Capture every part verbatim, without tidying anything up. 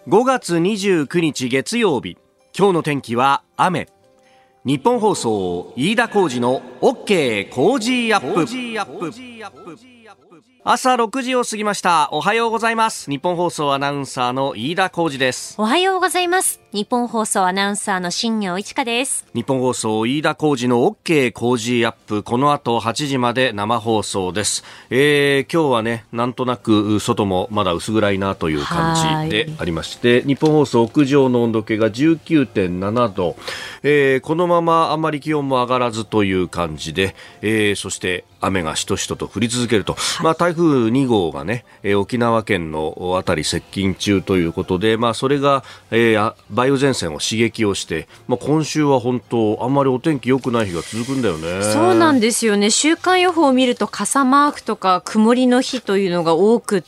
ごがつにじゅうくにち月曜日、今日の天気は雨。日本放送飯田浩司の OK 工事アップ。朝ろくじを過ぎました。おはようございます。日本放送アナウンサーの飯田浩司です。 おはようございます。日本放送アナウンサーの新業一華です。 日本放送飯田浩司の OK 工事アップ、この後はちじまで生放送です。えー、今日はね、なんとなく外もまだ薄暗いなという感じでありまして、日本放送屋上の温度計が じゅうきゅうてんななど、えー、このままあまり気温も上がらずという感じで、えー、そして雨がしとしとと降り続けると、はい、まあ、台風にごうがね、えー、沖縄県のあたり接近中ということで、まあ、それが、えー、梅雨前線を刺激をして、まあ、今週は本当あんまりお天気良くない日が続くんだよね。 そうなんですよね。週間予報を見ると傘マークとか曇りの日というのが多くって、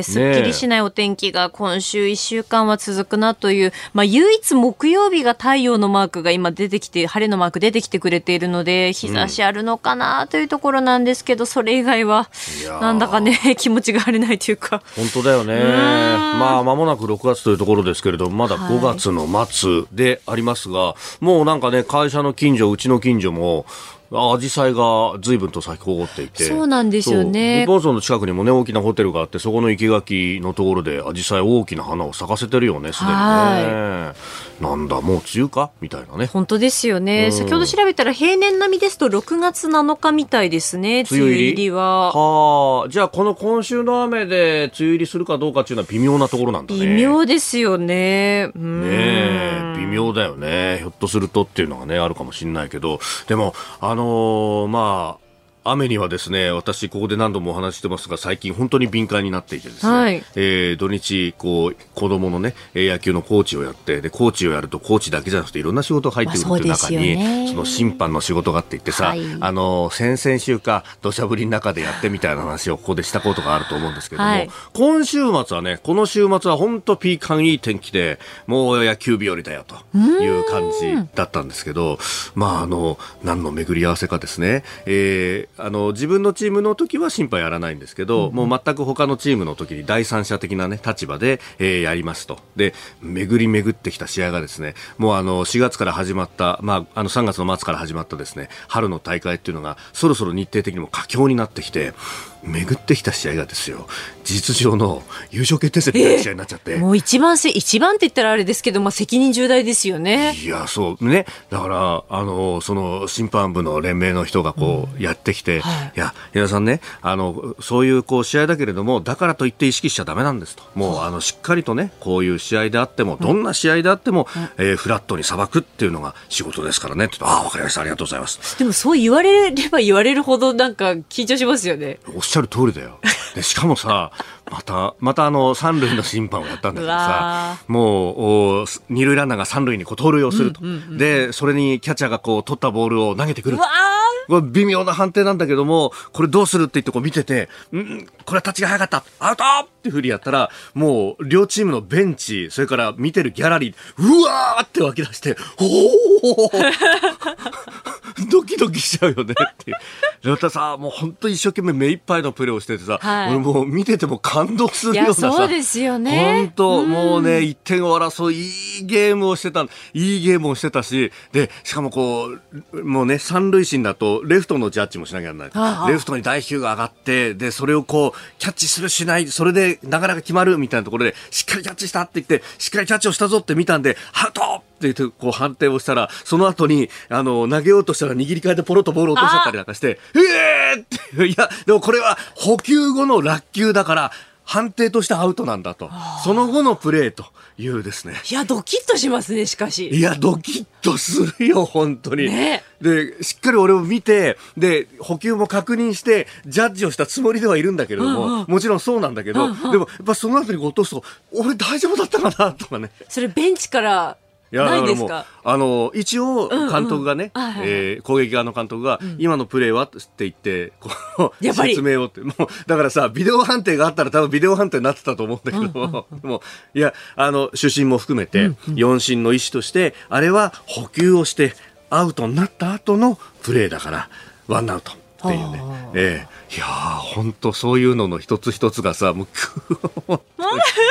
すっきりしないお天気が今週いっしゅうかんは続くなという、まあ、唯一木曜日が太陽のマークが今出てきて、晴れのマーク出てきてくれているので、日差しあるのかなというところなんですけど、それ以外はなんだかね、気持ちが晴れないというか。 本当だよね。まあ間もなくろくがつというところですけれども、まだごがつの末でありますが、はい、もうなんかね、会社の近所、うちの近所もアジサイが随分と咲き誇っていて、 そうなんですよね。 日本放送の近くにもね、大きなホテルがあって、そこの生垣のところでアジサイ大きな花を咲かせてるよね、すでにね。なんだ、もう梅雨かみたいなね。 本当ですよね、うん、先ほど調べたら平年並みですとろくがつなのかみたいですね、梅雨入りは。 はあ、じゃあこの今週の雨で梅雨入りするかどうかっていうのは微妙なところなんだね。 微妙ですよね。うん、 ねえ、微妙だよね。ひょっとするとっていうのがね、あるかもしれないけど、でもあのー、まあ雨にはですね、私ここで何度もお話してますが、最近本当に敏感になっていてですね、はい、えー、土日こう子供のね、野球のコーチをやって、でコーチをやるとコーチだけじゃなくていろんな仕事が入ってくるっていう中に、まあ そ, その審判の仕事があって言ってさ、はい、あの先々週か土砂降りの中でやってみたいな話をここでしたことがあると思うんですけども、はい、今週末はね、この週末は本当ピーカンいい天気で、もう野球日和だよという感じだったんですけど、まああの何の巡り合わせかですね、えーあの自分のチームの時は審判やらないんですけど、うん、もう全く他のチームの時に第三者的な、ね、立場で、えー、やりますと。で巡り巡ってきた試合がですね、もうあのしがつから始まった、まあ、あのさんがつの末から始まったですね、春の大会っていうのがそろそろ日程的にも佳境になってきて、巡ってきた試合がですよ、事実上の優勝決定戦みたいな試合になっちゃって、 えー、もう一番せ一番って言ったらあれですけど、まあ、責任重大ですよね。 いやそうね、だからあのその審判部の連盟の人がこう、うん、やってきて、はい、いや皆さんね、あのそういうこう試合だけれども、だからといって意識しちゃダメなんですと、もうあのしっかりとね、こういう試合であっても、どんな試合であっても、うんえー、フラットに裁くっていうのが仕事ですからねって。ああ、わかりました、ありがとうございます。 でもそう言われれば言われるほどなんか緊張しますよね。 おっしゃる通りだよ。でしかもさ、またまたあの三塁の審判をやったんだけどさ、もう二塁ランナーが三塁にこう盗塁をすると、うんうんうん、でそれにキャッチャーがこう取ったボールを投げてくる。うわー、微妙な判定なんだけども、これどうするって言ってこう見てて、んこれはタッチが早かった、アウトっていうふうにやったら、もう両チームのベンチ、それから見てるギャラリー、うわーって湧き出して、おードキドキしちゃうよねっていう。またさ、もう本当に一生懸命目いっぱいのプレーをしててさ、はい、俺もう見てても感動するようなさ、 いやそうですよね、 本当、うん、もうねいってんを争ういいゲームをしてた、いいゲームをしてたし、でしかもこうもうね、三塁審だとレフトのジャッジもしなきゃならない、はあ、レフトに大飛球が上がって、でそれをこうキャッチするしない、それで流れが決まるみたいなところで、しっかりキャッチしたって言って、しっかりキャッチをしたぞって見たんで、アウトって言ってこう判定をしたら、その後にあの投げようとしたら握り替えてポロッとボールを落としちゃったりなんかして、えーっていやでもこれは補給後の落球だから判定としてアウトなんだと、その後のプレーというですね。 いやドキッとしますね。しかしいやドキッとするよ本当に、ね、でしっかり俺を見て、で補給も確認してジャッジをしたつもりではいるんだけれども、うんうん、もちろんそうなんだけど、うんうん、でもやっぱその後に落とすと俺大丈夫だったかなとかね。 それベンチからいやないんですか。 あの一応監督がね、うんうんえー、攻撃側の監督が、うん、今のプレーはって言ってこう説明をって、もうだからさ、ビデオ判定があったら多分ビデオ判定になってたと思うんだけども、うんうんうん、もういやあの主審も含めて、うんうん、よん審の意思としてあれは補給をしてアウトになった後のプレーだからワンアウトっていうね、えー、いやー本当そういうのの一つ一つがさ、もう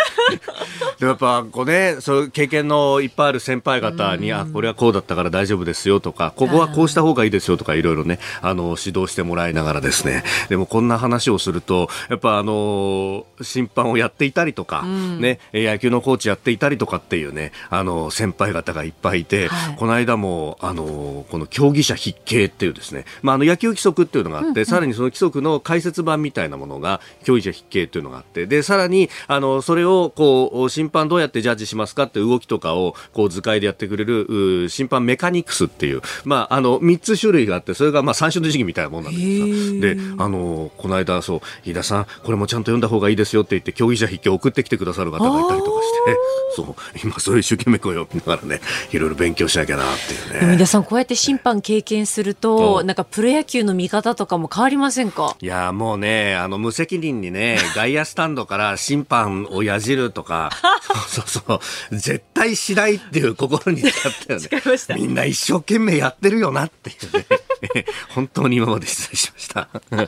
でもやっぱこうね、そういう経験のいっぱいある先輩方に、あ、これはこうだったから大丈夫ですよとか、ここはこうした方がいいですよとか、いろいろね、あの指導してもらいながらですね。でもこんな話をすると、やっぱあの審判をやっていたりとか、うん、ね、野球のコーチやっていたりとかっていうね、あの先輩方がいっぱいいて、はい、この間もあのこの競技者筆記っていうですね、まあ、あの野球規則っていうのがあって、うんうん、さらにその規則の解説版みたいなものが競技者筆記っていうのがあって、でさらにあのそれをこう審判どうやってジャッジしますかって動きとかをこう図解でやってくれる審判メカニクスっていう、まあ、あのみっつ種類があって、それがまあ三種の神器みたいなもんなんですよ。で、あのこの間そう飯田さんこれもちゃんと読んだ方がいいですよって言って競技者筆記を送ってきてくださる方がいたりとかして、そう今それ一生懸命こう読みながらね、いろいろ勉強しなきゃなっていうね。 飯田さんこうやって審判経験すると、なんかプロ野球の見方とかも変わりませんか？ いやもうね、あの無責任にね、外野スタンドから審判をやじるとかそうそうそう絶対しないっていう心になったよね。みんな一生懸命やってるよなっていうね本当に今まで失礼しました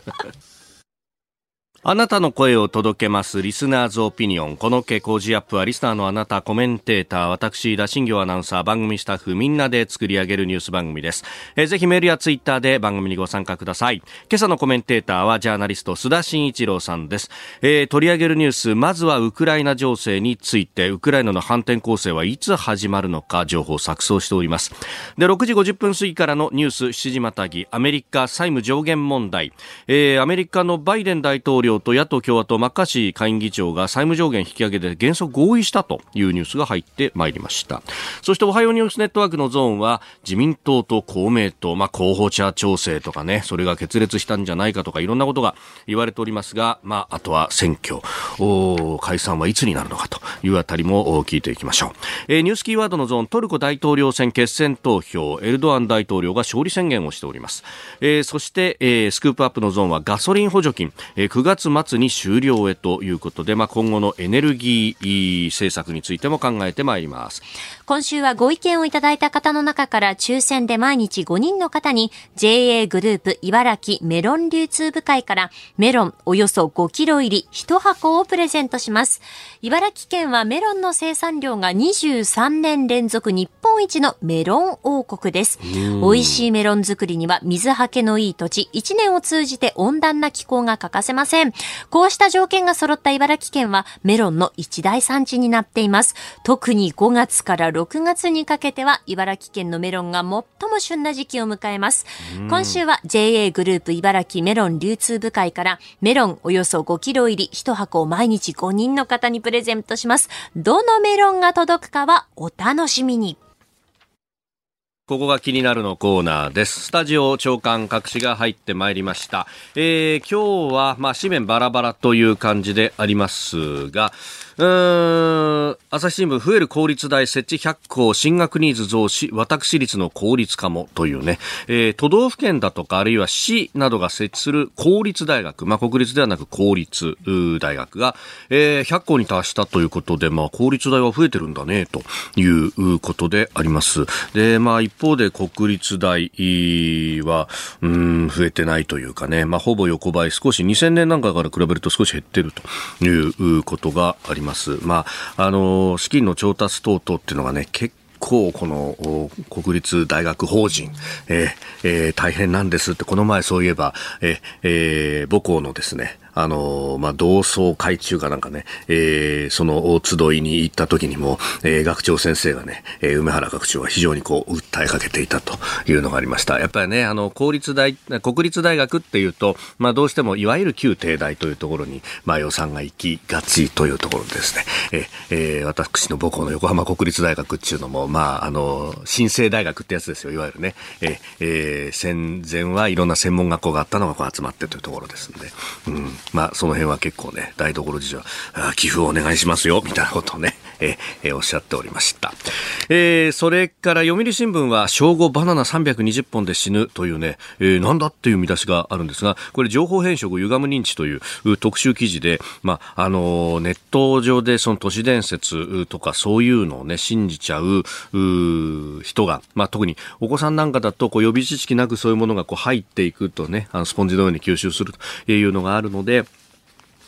あなたの声を届けますリスナーズオピニオン。この傾向ジアップはリスナーのあなた、コメンテーター、私田新行アナウンサー、番組スタッフみんなで作り上げるニュース番組です。えー、ぜひメールやツイッターで番組にご参加ください。今朝のコメンテーターはジャーナリスト須田慎一郎さんです。えー、取り上げるニュース、まずはウクライナ情勢について、ウクライナの反転攻勢はいつ始まるのか情報を錯綜しております。でろくじごじゅっぷん過ぎからのニュースしちじまたぎ、アメリカ債務上限問題、えー、アメリカのバイデン大統領と野党共和党マッカーシー下院議長が債務上限引き上げで原則合意したというニュースが入ってまいりました。そしておはようニュースネットワークのゾーンは自民党と公明党、まあ、候補者調整とかね、それが決裂したんじゃないかとかいろんなことが言われておりますが、まあ、あとは選挙解散はいつになるのかというあたりも聞いていきましょう。えー、ニュースキーワードのゾーン、トルコ大統領選決選投票、エルドアン大統領が勝利宣言をしております。えー、そして、えー、スクープアップのゾーンはガソリン補助金、えー、くがつ末に終了へということで、まあ、今後のエネルギー政策についても考えてまいります。 今週はご意見をいただいた方の中から抽選で毎日ごにんの方に ジェーエー グループ茨城メロン流通部会からメロンおよそごキロ入りいちはこをプレゼントします。茨城県はメロンの生産量がにじゅうさんねん連続日本一のメロン王国です。美味しいメロン作りには水はけのいい土地、いちねんを通じて温暖な気候が欠かせません。こうした条件が揃った茨城県はメロンの一大産地になっています。特にごがつからろくがつにかけては茨城県のメロンが最も旬な時期を迎えます。今週は ジェーエー グループ茨城メロン流通部会からメロンおよそごキロ入りいちはこを毎日ごにんの方にプレゼントします。どのメロンが届くかはお楽しみに。 ここが気になるのコーナーです。スタジオ長官各紙が入ってまいりました。えー、今日は、まあ、紙面バラバラという感じでありますが、うーん朝日新聞、増える公立大設置ひゃっこう進学ニーズ増し私立の公立化もというね、えー、都道府県だとかあるいは市などが設置する公立大学、まあ、国立ではなく公立大学が、えー、ひゃっこうに達したということで、まあ、公立大は増えてるんだねということであります。で、まあ、一方で国立大はうーん増えてないというかね、まあ、ほぼ横ばい、少しにせんねんなんかから比べると少し減ってるということがあります。まあ、あの資金の調達等々っていうのがね、結構この国立大学法人、えーえー、大変なんですって、この前そういえば、えーえー、母校のですね、あの、まあ、同窓会中かなんかね、えー、その集いに行った時にも、えー、学長先生がね、えー、梅原学長は非常にこう、訴えかけていたというのがありました。やっぱりね、あの、公立大、国立大学っていうと、まあ、どうしても、いわゆる旧帝大というところに、まあ、予算が行きがちというところですね。えーえー、私の母校の横浜国立大学っていうのも、まあ、あの、新生大学ってやつですよ、いわゆるね。えーえー、戦前はいろんな専門学校があったのがこう集まってというところですので、うん。まあ、その辺は結構ね、台所事情は寄付をお願いしますよみたいなことをね、ええおっしゃっておりました。えー、それから読売新聞は正午バナナさんびゃくにじゅっぽんで死ぬというね、えー、なんだっていう見出しがあるんですが、これ情報変色歪む認知という特集記事で、まああのネット上でその都市伝説とかそういうのをね信じちゃう、う人が、まあ特にお子さんなんかだとこう予備知識なくそういうものがこう入っていくとね、あのスポンジのように吸収するというのがあるので。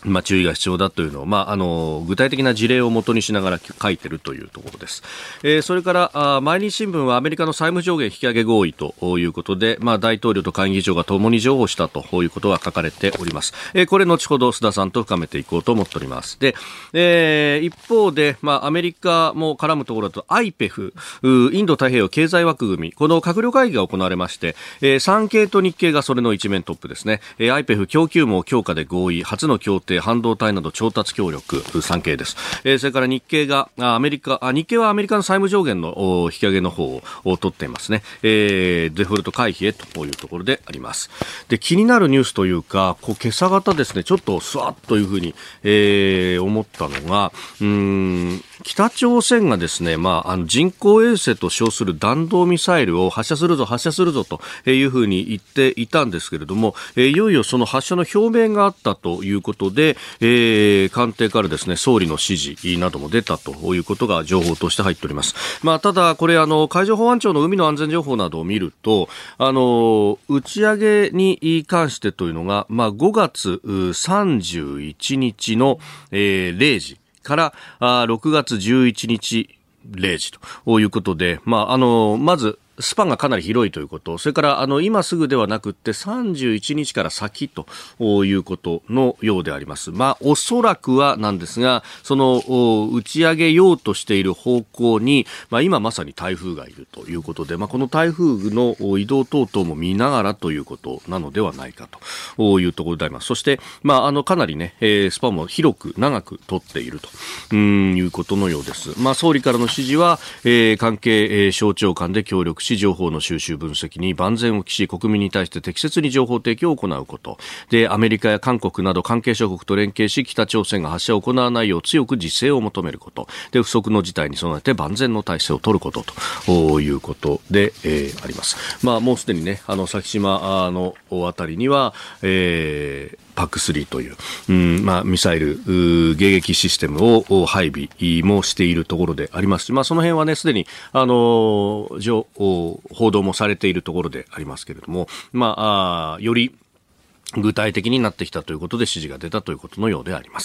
まあ、注意が必要だというのを、まあ、あの具体的な事例を元にしながら書いているというところです。えー、それからあ毎日新聞はアメリカの債務上限引き上げ合意ということで、まあ、大統領と下院議長が共に譲歩したということが書かれております。えー、これ後ほど須田さんと深めていこうと思っております。で、えー、一方で、まあ、アメリカも絡むところだと アイペフ インド太平洋経済枠組み、この閣僚会議が行われまして、えー、産経と日経がそれの一面トップですね。えー、アイペフ 供給網強化で合意、初の協定、半導体など調達協力、産経です。えー、それから日経がアメリカあ日経はアメリカの債務上限の引き上げの方を取っていますね。えー、デフォルト回避へというところであります。で、気になるニュースというか、こう今朝方ですね、ちょっとスワッというふうに、えー、思ったのが、うーん北朝鮮がですね、まあ、あの人工衛星と称する弾道ミサイルを発射するぞ発射するぞというふうに言っていたんですけれども、いよいよその発射の表明があったということで、えー、官邸からですね、総理の指示なども出たということが情報として入っております。まあ、ただこれあの海上保安庁の海の安全情報などを見ると、あの打ち上げに関してというのが、まあ、ごがつさんじゅういちにちの、えー、れいじからあろくがつじゅういちにちれいじということで、まあ、あのまずスパンがかなり広いということ、それからあの今すぐではなくってさんじゅういちにちから先ということのようであります。まあ、おそらくはなんですが、その打ち上げようとしている方向に、まあ、今まさに台風がいるということで、まあ、この台風の移動等々も見ながらということなのではないかというところであります。そして、まあ、あのかなりね、えー、スパンも広く長く取っているということのようです。まあ、総理からの指示は、えー、関係省庁間で協力し、情報の収集分析に万全を期し、国民に対して適切に情報提供を行うことで、アメリカや韓国など関係諸国と連携し、北朝鮮が発射を行わないよう強く自制を求めることで、不測の事態に備えて万全の体制を取ることということで、えー、あります。まあ、もうすでにね、あの先島のあたりには、えーパックスリーという、うんまあ、ミサイル迎撃システムを配備もしているところでありますし、まあ、その辺はね、すでに、あのー、報道もされているところでありますけれども、まあ、あより具体的になってきたということで指示が出たということのようであります。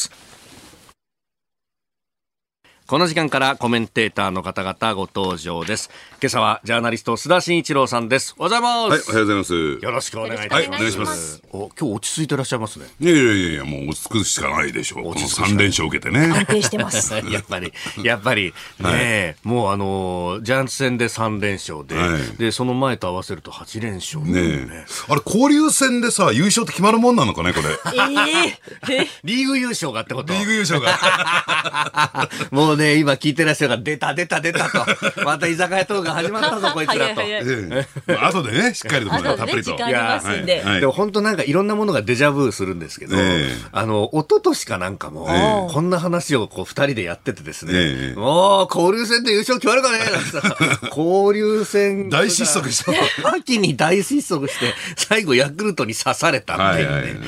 この時間からコメンテーターの方々ご登場です。今朝はジャーナリスト須田慎一郎さんです。おはようございます。 はい、おはようございます。 よろしくお願いいたします。 はい、お願いします。 お、今日落ち着いていらっしゃいますね。 いやいやいやいや、もう落ち着くしかないでしょう。このさん連勝受けてね。 安定してます。 やっぱり、やっぱり、ねえ、はい、もうあの、ジャイアンツ戦でさん連勝で、はい、で、その前と合わせるとはち連勝、ね。ねえ。あれ、交流戦でさ、優勝って決まるもんなのかね、これ。 えー、リーグ優勝がってこと？ リーグ優勝が。 もうね、今聞いてらっしゃるから、出た出た出たと。また居酒屋トークが始まったぞ、こいつらと。 ええ、まあ、後でね、しっかりと、たっぷりと。 時間ありますんで。 はい、でも本当なんかいろんなものがデジャブするんですけど、えー、あの、一昨年かなんかも、えー、こんな話をこう二人でやっててですね、えー、もう交流戦で優勝決まるかねなんてさ、交流戦。 大失速した。 秋に大失速して、最後ヤクルトに刺されたっていうね、はいはいはい、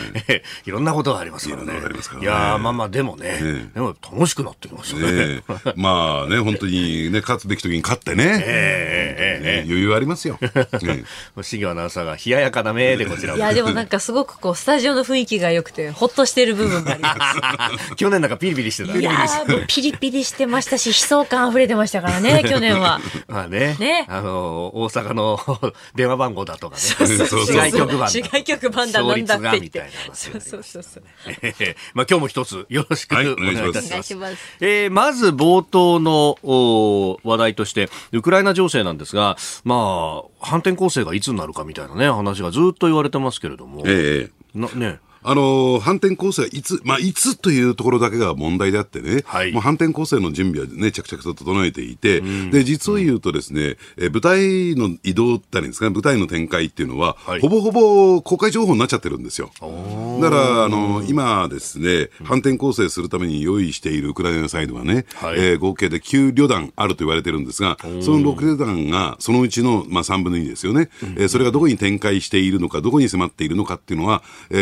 いろんなことがありますからね。いろんなことありますからね。いやまあまあでもね、えー、でも楽しくなってきましたね。えー、まあね、本当にね、勝つべき時に勝ってね、えーえーえー、余裕ありますよ。 シゲアナウンサーが冷ややかな目でこちらを。 いやでもなんかすごくこうスタジオの雰囲気が良くてほっとしてる部分があります。 去年なんかピリピリしてた。 いやーピリピリしてましたし悲壮感あふれてましたからね去年は。 まあね、ね、あの大阪の電話番号だとかね、 市外局番、 市外局番だなんだって言って。 そうそうそうそう。まあ今日も一つよろしくお願いいたします。はい、えー、まず冒頭の話題としてウクライナ情勢なんですが、まあ反転攻勢がいつになるかみたいなね話がずっと言われてますけれども、 ええ、 なね。 あのー、反転攻勢はいつ、まあ、いつというところだけが問題であってね、はい、もう反転攻勢の準備はね、着々と整えていて、うん、で、実を言うとですね、え部隊の移動ってあるんですかね、部隊の展開っていうのは、はい、ほぼほぼ公開情報になっちゃってるんですよ。だから、あのー、今ですね、反転攻勢するために用意しているウクライナサイドはね、はい、えー、合計できゅう旅団あると言われてるんですが、そのろく旅団が、そのうちの、まあ、さんぶんのにですよね、うん、えー、それがどこに展開しているのか、どこに迫っているのかっていうのは、えー、まあ、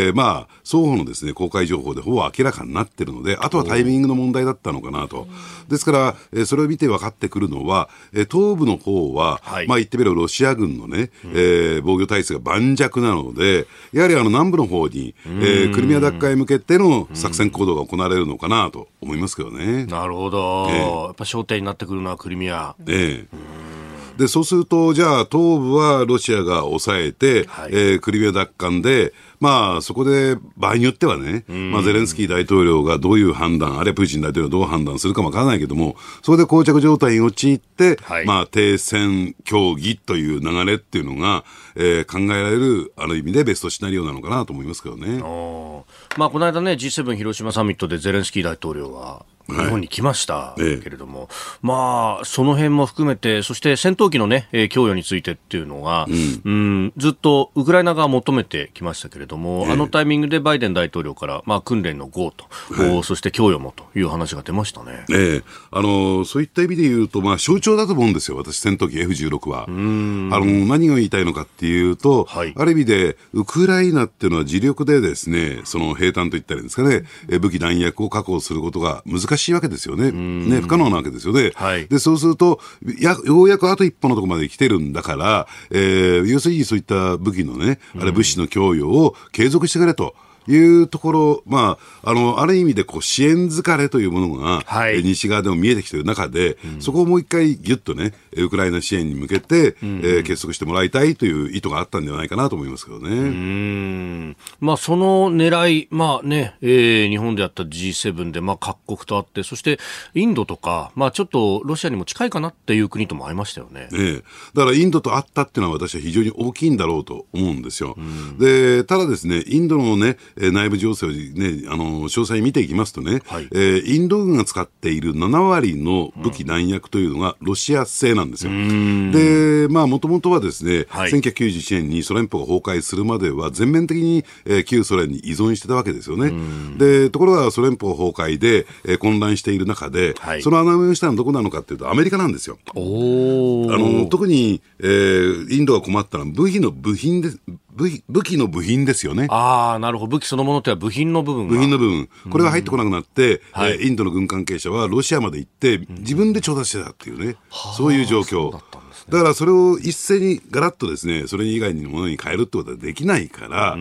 双方のですね公開情報でほぼ明らかになっているので、あとはタイミングの問題だったのかなと。ですから、えー、それを見て分かってくるのは、えー、東部の方は、はい、まあ言ってみればロシア軍のね、うん、えー、防御体制が盤石なので、やはりあの南部の方に、えー、クリミア奪還へ向けての作戦行動が行われるのかなと思いますけどね。 なるほど、えー、やっぱ焦点になってくるのはクリミア。 えーでそうすると、じゃあ東部はロシアが抑えて、はい、えー、クリミア奪還で、まあ、そこで場合によってはね、まあ、ゼレンスキー大統領がどういう判断、あるいはプーチン大統領がどう判断するかもわからないけども、そこで膠着状態に陥って、はい、まあ、停戦協議という流れっていうのが、えー、考えられる、ある意味でベストシナリオなのかなと思いますけどね。 まあ、この間ね、ジーセブン 広島サミットでゼレンスキー大統領は、日本に来ましたけれども、はい、まあ、その辺も含めて、そして戦闘機のね、えー、供与についてっていうのが、うん、うん、ずっとウクライナ側求めてきましたけれども、えー、あのタイミングでバイデン大統領から、まあ、訓練の ゴー と、はい、そして供与もという話が出ましたね。 えー、あのそういった意味で言うと、まあ、象徴だと思うんですよ、私、戦闘機 エフじゅうろく は。あの何が言いたいのかっていうと、はい、ある意味で、ウクライナっていうのは自力でですね、その兵隊といったらいいんですかね、武器弾薬を確保することが難しいわけですよね。ね、不可能なわけですよね。はい、でそうするとや、ようやくあと一歩のところまで来てるんだから、えー、要するにそういった武器のね、あれ物資の供与を継続してくれというところ、まあ、あの、ある意味でこう支援疲れというものが、はい、西側でも見えてきている中で、うん、そこをもう一回ギュッとね、ウクライナ支援に向けて、うん、えー、結束してもらいたいという意図があったんではないかなと思いますけどね。うーん、まあ、その狙い、まあね、えー、日本であった ジーセブン で、まあ、各国とあって、そしてインドとか、まあ、ちょっとロシアにも近いかなっていう国ともありましたよね。 ええ、だからインドとあったっていうのは私は非常に大きいんだろうと思うんですよ。うん、で、ただですね、インドのね、内部情勢をね、あの、詳細に見ていきますとね、はい、えー、インド軍が使っているななわりの武器弾薬というのがロシア製なんですよ。で、まあ、もともとはですね、はい、せんきゅうひゃくきゅうじゅういちねんにソ連邦が崩壊するまでは全面的に、えー、旧ソ連に依存してたわけですよね。で、ところがソ連邦崩壊で、えー、混乱している中で、はい、その穴埋めをしたのはどこなのかというとアメリカなんですよ。おあの特に、えー、インドが困ったのは武器の部品で武器、武器の部品ですよね。 ああ、なるほど。武器そのものとは部品の部分が。 部品の部分。これが入ってこなくなって、うん、えー、インドの軍関係者はロシアまで行って、自分で調達してたっていうね、うん、そういう状況。だったんですね。だからそれを一斉にガラッとですね、それ以外のものに変えるってことはできないから、うん、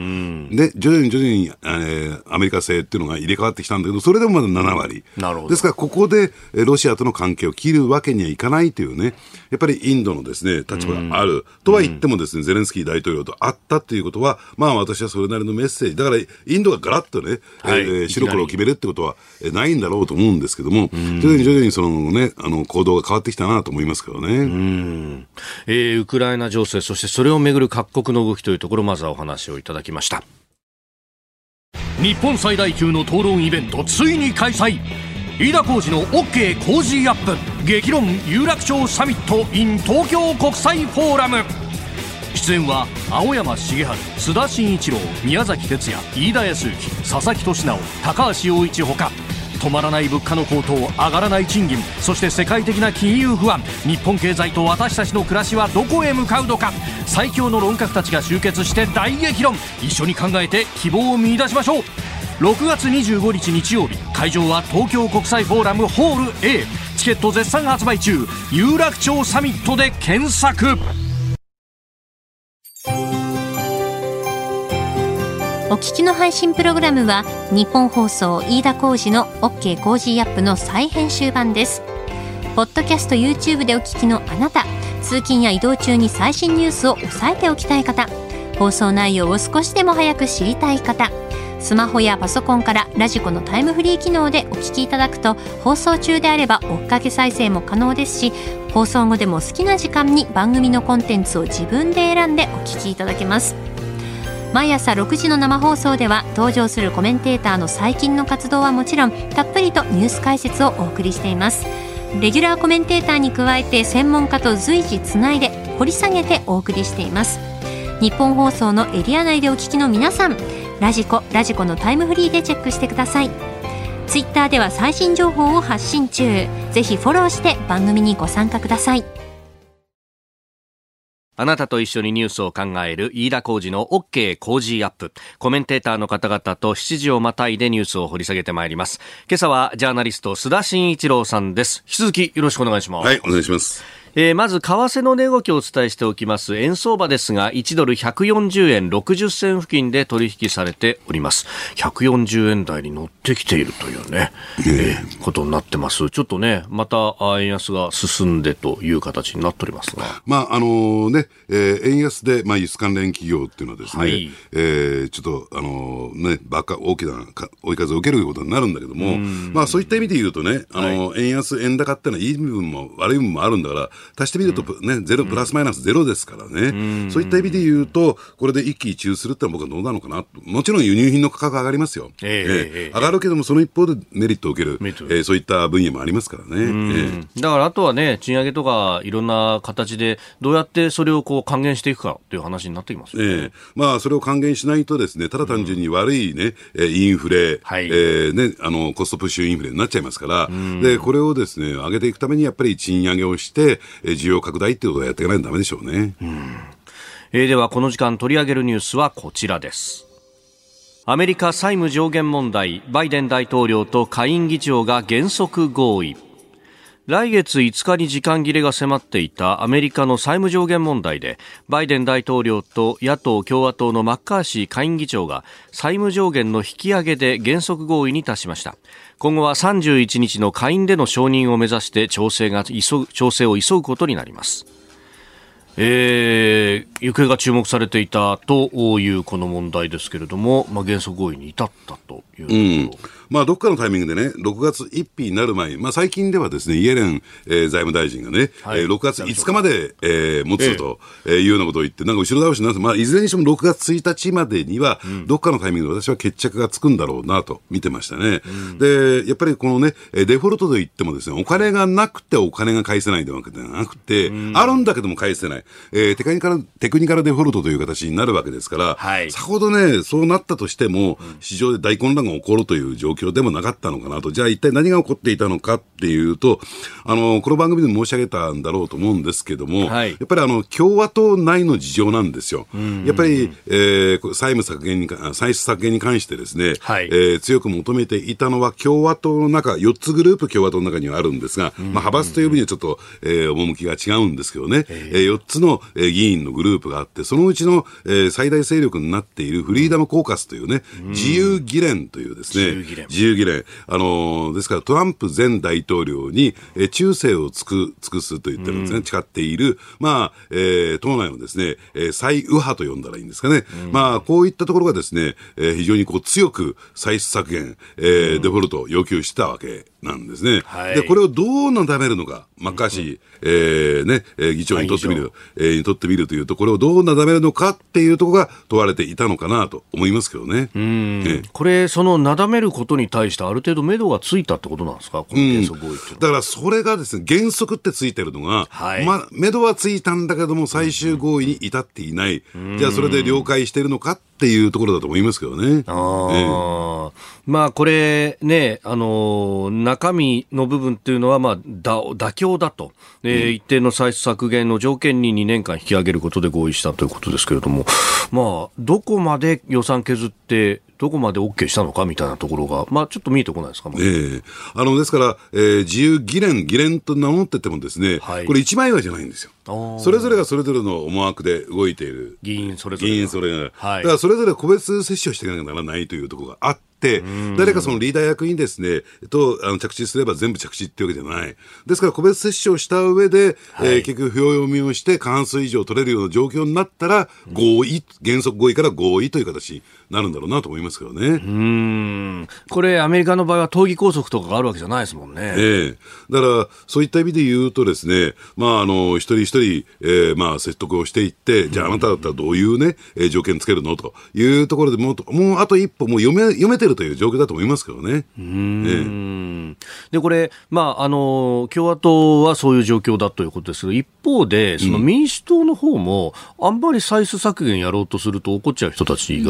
で、徐々に徐々に、えー、アメリカ製っていうのが入れ替わってきたんだけど、それでもまだななわり。うん、なるほど。ですから、ここでロシアとの関係を切るわけにはいかないというね、やっぱりインドのですね、立場がある。うん、とは言ってもですね、ゼレンスキー大統領と会ったということは、まあ私はそれなりのメッセージ。だから、インドがガラッとね、はい、えー、白黒を決めるってことはないんだろうと思うんですけども、徐々に徐々にそのね、あの、行動が変わってきたなと思いますけどね。うん、 えー、ウクライナ情勢、そしてそれをめぐる各国の動きというところ、まずはお話をいただきました。日本最大級の討論イベント、ついに開催。飯田浩司の OK 工事アップ激論有楽町サミット in 東京国際フォーラム。出演は青山茂春、須田慎一郎、宮崎哲也、飯田康之、佐々木俊直、高橋洋一ほか。止まらない物価の高騰、上がらない賃金、そして世界的な金融不安、日本経済と私たちの暮らしはどこへ向かうのか。最強の論客たちが集結して大激論。一緒に考えて希望を見出しましょう。ろくがつにじゅうごにち日曜日、会場は東京国際フォーラムホール A。 チケット絶賛発売中。有楽町サミットで検索。 お聞きの配信プログラムは日本放送飯田浩司の OK コージーアップの再編集版です。ポッドキャスト YouTube でお聞きのあなた、通勤や移動中に最新ニュースを押さえておきたい方、放送内容を少しでも早く知りたい方、スマホやパソコンからラジコのタイムフリー機能でお聞きいただくと、放送中であれば追っかけ再生も可能ですし、放送後でも好きな時間に番組のコンテンツを自分で選んでお聞きいただけます。毎朝ろくじの生放送では登場するコメンテーターの最近の活動はもちろん、たっぷりとニュース解説をお送りしています。レギュラーコメンテーターに加えて専門家と随時つないで掘り下げてお送りしています。日本放送のエリア内でお聞きの皆さん、ラジコ、ラジコのタイムフリーでチェックしてください。ツイッターでは最新情報を発信中。ぜひフォローして番組にご参加ください。 あなたと一緒にニュースを考える飯田浩司の OK 工事アップ。コメンテーターの方々としちじをまたいでニュースを掘り下げてまいります。今朝はジャーナリスト須田慎一郎さんです。引き続きよろしくお願いします。 はい、お願いします。 えー、まず為替の値動きをお伝えしておきます。円相場ですがいちドルひゃくよんじゅうえんろくじゅっせん付近で取引されております。ひゃくよんじゅうえん台に乗ってきているというね、えー、ことになってます。ちょっとねまた円安が進んでという形になっておりますが、 まああのー、ね、えー、円安で、まあ、輸出関連企業っていうのはですね、はい、えー、ちょっとあのー、ねばっか大きな追い風を受けることになるんだけども、まあそういった意味で言うとね、あのーはい、円安円高ってのはいい部分も悪い部分もあるんだから足してみると、ね、うん、ゼロプラスマイナスゼロですからね、うん、そういった意味で言うとこれで一喜一憂するってのは僕はどうなのかな。もちろん輸入品の価格上がりますよ、えーえー、上がるけどもその一方でメリットを受ける、えー、そういった分野もありますからね、えー、だからあとはね賃上げとかいろんな形でどうやってそれをこう還元していくかという話になってきますよね、えーまあ、それを還元しないとですねただ単純に悪い、ね、うん、インフレ、はい、えーね、あのコストプッシュインフレになっちゃいますから、うん、でこれをですね上げていくためにやっぱり賃上げをして需要拡大っていうことをやっていかないとダメでしょうね、うん、 えー、ではこの時間取り上げるニュースはこちらです。アメリカ債務上限問題、バイデン大統領と下院議長が原則合意。来月いつかに時間切れが迫っていたアメリカの債務上限問題でバイデン大統領と野党共和党のマッカーシー下院議長が債務上限の引き上げで原則合意に達しました。今後はさんじゅういちにちの下院での承認を目指して調整が急ぐ、調整を急ぐことになります。えー、行方が注目されていたというこの問題ですけれども、まあ、原則合意に至ったというところ、 うん、まあ、どっかのタイミングでねろくがつついたちになる前、まあ、最近ではですねイエレン、えー、財務大臣がね、はい、えー、ろくがついつかまで、えー、持つというようなことを言ってなんか後ろ倒しになって、まあ、いずれにしてもろくがつついたちまでには、うん、どっかのタイミングで私は決着がつくんだろうなと見てましたね、うん、でやっぱりこのねデフォルトといってもですねお金がなくてお金が返せないというわけではなくて、うん、あるんだけども返せない、えー、テクニカル、テクニカルデフォルトという形になるわけですから、はい、さほどねそうなったとしても、うん、市場で大混乱が起こるという状況でもなかったのかなと。じゃあ一体何が起こっていたのかっていうと、あのこの番組でも申し上げたんだろうと思うんですけども、はい、やっぱりあの共和党内の事情なんですよ。うんうんうん、やっぱり、えー、債務削減に歳出削減に関してですね、はい、えー、強く求めていたのは共和党の中よっつグループ共和党の中にはあるんですが、うんうんうん、まあ、派閥という分にはちょっと、えー、趣が違うんですけどね、えー、よっつの、えー、議員のグループがあってそのうちの、えー、最大勢力になっているフリーダムコーカスというね、うん、自由議連というですね、自由議連、自由議連、あのー、ですからトランプ前大統領に、えー、忠誠をつく尽くすと言ってるんですね、うん、誓っている、まあえー、党内のですね、えー、最右派と呼んだらいいんですかね、うん、まあこういったところがですね、えー、非常にこう強く歳出削減、えーうん、デフォルトを要求したわけなんですね、はい、でこれをどうなだめるのかマッカーシー、うんえーねえー、議長にとってみる、えー、にとってみるというところをどうなだめるのかっていうところが問われていたのかなと思いますけどね。 うん、えー、これそのなだめることに対してある程度目処がついたってことなんですか、この原則合意っていうのは。 うん、だからそれがですね原則ってついてるのが、はい、まあ、目処はついたんだけども最終合意に至っていない、うん、じゃあそれで了解しているのかっていうところだと思いますけどね。あ、えー、まあこれね、あのー、中身の部分っていうのはまあだ妥協だと、えーうん、一定の歳出削減の条件ににねんかん引き上げることで合意したということですけれども、まあどこまで予算削ってどこまで OK したのかみたいなところが、まあ、ちょっと見えてこないですか、 えー、あのですから、えー、自由議連、議連と名乗っててもですね、はい、これ一枚岩じゃないんですよ。それぞれがそれぞれの思惑で動いている議員それぞれ議員それが、はい、だからそれぞれ個別接種をしていかなきゃならないというところがあって、誰かそのリーダー役にですねとあの着地すれば全部着地っていうわけじゃない。ですから個別接種をした上で、はい、えー、結局票読みをして過半数以上取れるような状況になったら合意、原則合意から合意という形になるんだろうなと思いますけどね。 うーん、これアメリカの場合は党議拘束とかがあるわけじゃないですもんね。 えー、だからそういった意味で言うとですね、まあ、あの一人一人、えーまあ、説得をしていって、じゃああなただったらどういうね、えー、条件つけるのというところでもう、もうあと一歩もう読め、読めてるという状況だと思いますけどね。 うーん、えー、でこれ、まあ、あの共和党はそういう状況だということですけど、一方でその民主党の方も、うん、あんまり歳出削減やろうとすると怒っちゃう人たちがいるんじゃ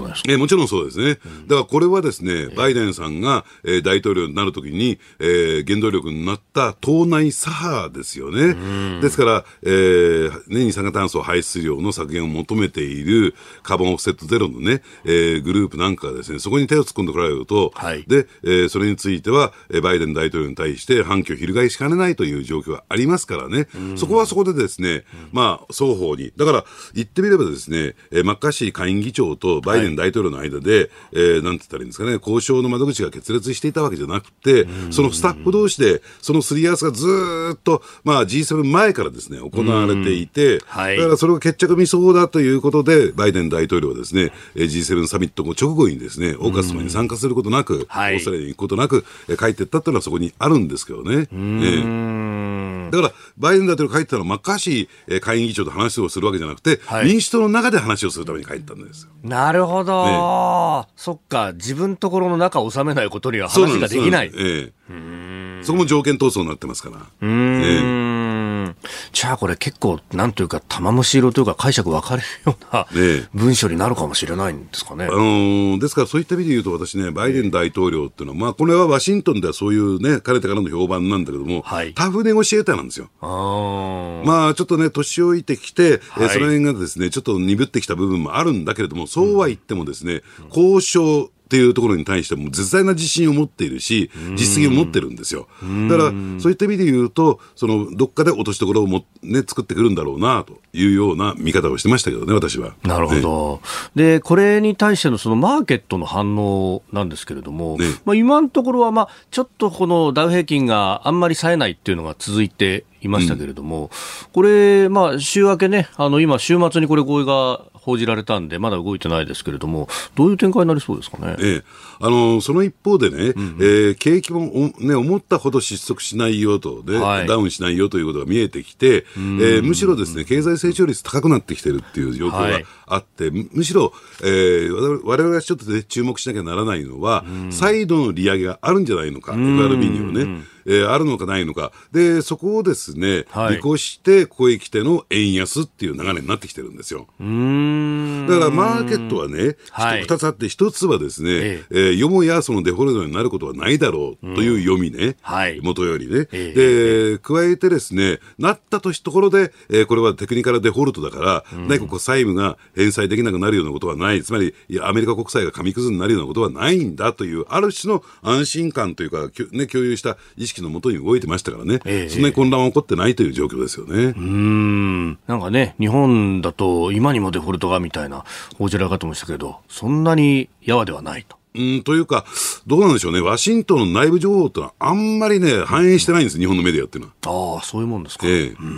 ゃないですか。 えー、もちろんそうですね。だからこれはですね、バイデンさんが、えー、大統領になるときに、えー、原動力になった党内左派ですよね。ですから、えー、ね、二酸化炭素排出量の削減を求めているカーボンオフセットゼロのね、えー、グループなんかがですね、そこに手を突っ込んでこられると、はい、で、えー、それについては、バイデン大統領に対して反旗を翻しかねないという状況がありますからね、そこはそこでですね、まあ、双方に、だから言ってみればですね、マッカーシー下院議長とバイデン大統領の間で、はい、えー、なんて言ったらいいんですかね、交渉の窓口が決裂していたわけじゃなくて、そのスタッフ同士で、そのすり合わせがずーっと、まあ、ジーセブン 前からですね、行われていて、はい、だからそれが決着見そうだということで、バイデン大統領はですね、ジーセブン サミット後直後にですね、オーガストに参加することなく、はい、オーストラリアに行くことなく、帰っていったというのはそこにあるんですけどね。えー、だから、バイデン大統領が帰ってたのはマッカーシー下院議長と話をするわけじゃなくて、はい、民主党の中で話をするために帰ったんですよ。 なるほど、ね、そっか、自分のところの中を収めないことには話ができない。 えー、そこも条件闘争になってますから。 うーん、えー、じゃあこれ結構なんというか玉虫色というか解釈分かれるような、ね、文書になるかもしれないんですかね。 あのー、ですからそういった意味で言うと私ね、バイデン大統領っていうのは、まあ、これはワシントンではそういうね、かねてからの評判なんだけども、はい、タフネゴシエーターなんですよ。あ、まあちょっとね、年老いてきて、はい、えー、その辺がですね、ちょっと鈍ってきた部分もあるんだけれども、そうは言ってもですね、うん、交渉っていうところに対しても絶大な自信を持っているし、実績を持ってるんですよ。だからそういった意味で言うと、そのどっかで落としどころをも、ね、作ってくるんだろうなというような見方をしてましたけどね、私は。 なるほど。ね、でこれに対してのそのマーケットの反応なんですけれども、ね、まあ、今のところはまあちょっとこのダウ平均があんまり冴えないっていうのが続いていましたけれども、うん、これ、まあ、週明けね、あの今週末にこれ合意が報じられたんでまだ動いてないですけれども、どういう展開になりそうですかね。 ええ、あのその一方でね、うんうん、えー、景気も、ね、思ったほど失速しないよとで、はい、ダウンしないよということが見えてきて、えー、むしろですね、経済成長率高くなってきているっていう状況があって、はい、むしろ、えー、我々がちょっと、ね、注目しなきゃならないのは、再度の利上げがあるんじゃないのか、エフアールビー にはね、えー、あるのかないのかで、そこをですね、はい、見越してここへ来ての円安っていう流れになってきてるんですよ。うーん、だからマーケットはね、はい、ふたつあって、一つはですね、えええー、よもやそのデフォルトになることはないだろうという読みね、うん、はい、元よりね、ええ、で加えてですね、なったとしたところで、えー、これはテクニカルデフォルトだから、うん、内国債務が返済できなくなるようなことはない、つまりいやアメリカ国債が紙くずになるようなことはないんだという、ある種の安心感というか、ね、共有した意識のもとに動いてましたからね、ええ、そんなに混乱は起こってないという状況ですよね。 うーん、なんかね、日本だと今にもデフォルトがみたいな報じられ方もしたけど、そんなにやわではないと。 うんというか、どうなんでしょうね、ワシントンの内部情報ってのはあんまりね、反映してないんです、日本のメディアっていうのは。ああ、そういうもんですか。 ええ、 うん。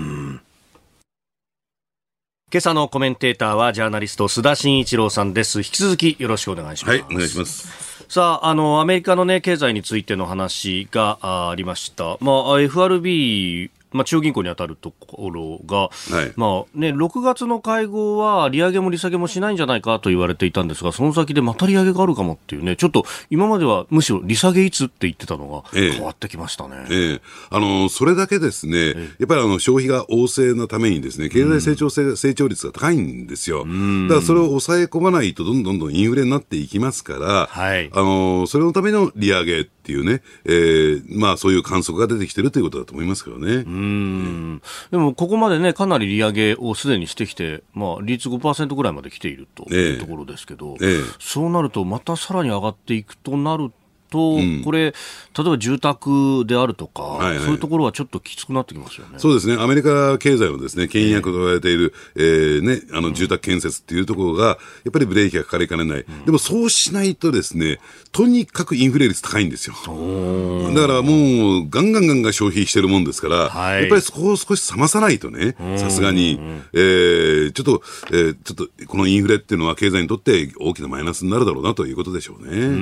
今朝のコメンテーターはジャーナリスト須田慎一郎さんです。引き続きよろしくお願いします。 はい、お願いします。 さあ、あのアメリカの、ね、経済についての話が あ, ありました。まあ、エフアールビー、まあ、中央銀行に当たるところが、はい、まあね、ろくがつの会合は利上げも利下げもしないんじゃないかと言われていたんですが、その先でまた利上げがあるかもっていうね、ちょっと今まではむしろ利下げいつって言ってたのが変わってきましたね。 ええええ、あのそれだけですね、ええ、やっぱりあの消費が旺盛なためにですね、経済成長性、うん、成長率が高いんですよ。だからそれを抑え込まないとどんどんどんインフレになっていきますから、はい、あのそれのための利上げっていうね、えー、まあそういう観測が出てきてるということだと思いますけどね。うーん、でもここまでね、かなり利上げをすでにしてきて、まあ利率 ごパーセント ぐらいまで来ているというところですけど、ええええ、そうなるとまたさらに上がっていくとなると、と、うん、これ例えば住宅であるとか、はいはい、そういうところはちょっときつくなってきますよね。 そうですね、アメリカ経済のですね、牽引役と言われている、えーえーね、あの住宅建設っていうところがやっぱりブレーキがかかりかねない、うん、でもそうしないとですね、とにかくインフレ率高いんですよ。だからもうガンガンガンガン消費してるもんですから、はい、やっぱりそこを少し冷まさないとね、さすがに、えー、ちょっと、えー、ちょっとこのインフレっていうのは経済にとって大きなマイナスになるだろうなということでしょうね。うん、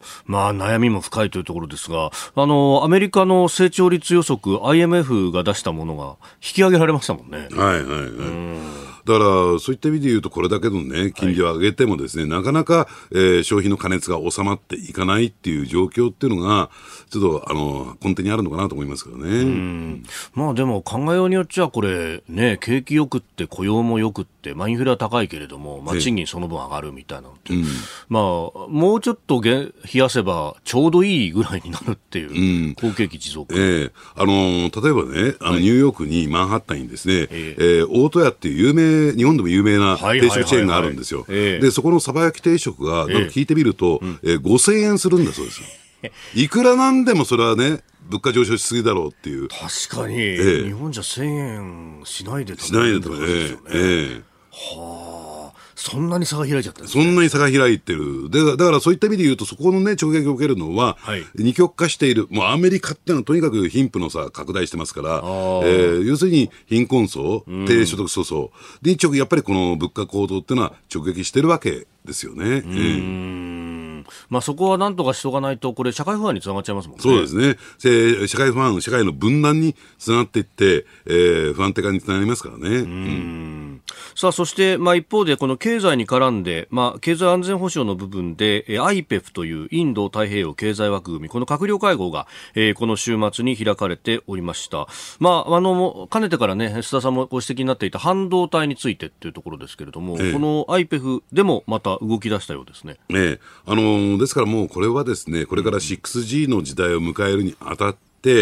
えーまあ、悩みも深いというところですが、あのアメリカの成長率予測 アイエムエフ が出したものが引き上げられましたもんね。 はいはいはい。だからそういった意味で言うと、これだけのね金利を上げてもですね、はい、なかなか、えー、消費の過熱が収まっていかないっていう状況っていうのがちょっとあの根底にあるのかなと思いますけどね。うん、 まあでも考えようによっちゃこれね、景気よくって雇用もよくって、まあ、インフレは高いけれども、まあ、賃金その分上がるみたいなのって、うん、まあもうちょっと冷やせばちょうどいいぐらいになるっていう、うん、好景気持続、 えー、あの例えばね、あのニューヨークにマンハッタンにですね、えーえー、大戸屋っていう有名、日本でも有名な定食チェーンがあるんですよ。でそこのさば焼き定食がなんか聞いてみると、えーえー、ごせんえんするんだそうですよ。いくらなんでもそれはね、物価上昇しすぎだろうっていう。 確かに、ええ、日本じゃせんえんしないで食べるってことですよね。ええ、 はあ、そんなに差が開いちゃったんですね。そんなに差が開いてる。でだからそういった意味で言うと、そこのね、直撃を受けるのは、はい、二極化している。もうアメリカっていうのはとにかく貧富の差拡大してますから、えー、要するに貧困層、低所得層層で、一応やっぱりこの物価高騰っていうのは直撃してるわけですよね。うん、まあ、そこはなんとかしておかないと、これ社会不安につながっちゃいますもんね。 そうですね。で社会不安、社会の分断につながっていって、えー、不安定化につながりますからね。うんうん、 さあそして、まあ、一方でこの経済に絡んで、まあ、経済安全保障の部分で アイペエフ というインド太平洋経済枠組み、この閣僚会合が、えー、この週末に開かれておりました。まあ、あのかねてからね、須田さんもご指摘になっていた半導体についてっていうところですけれども、ええ、この アイペエフ でもまた動き出したようですね。 ええ、あのー、ですからもうこれはですね、これから シックスジー の時代を迎えるにあたって、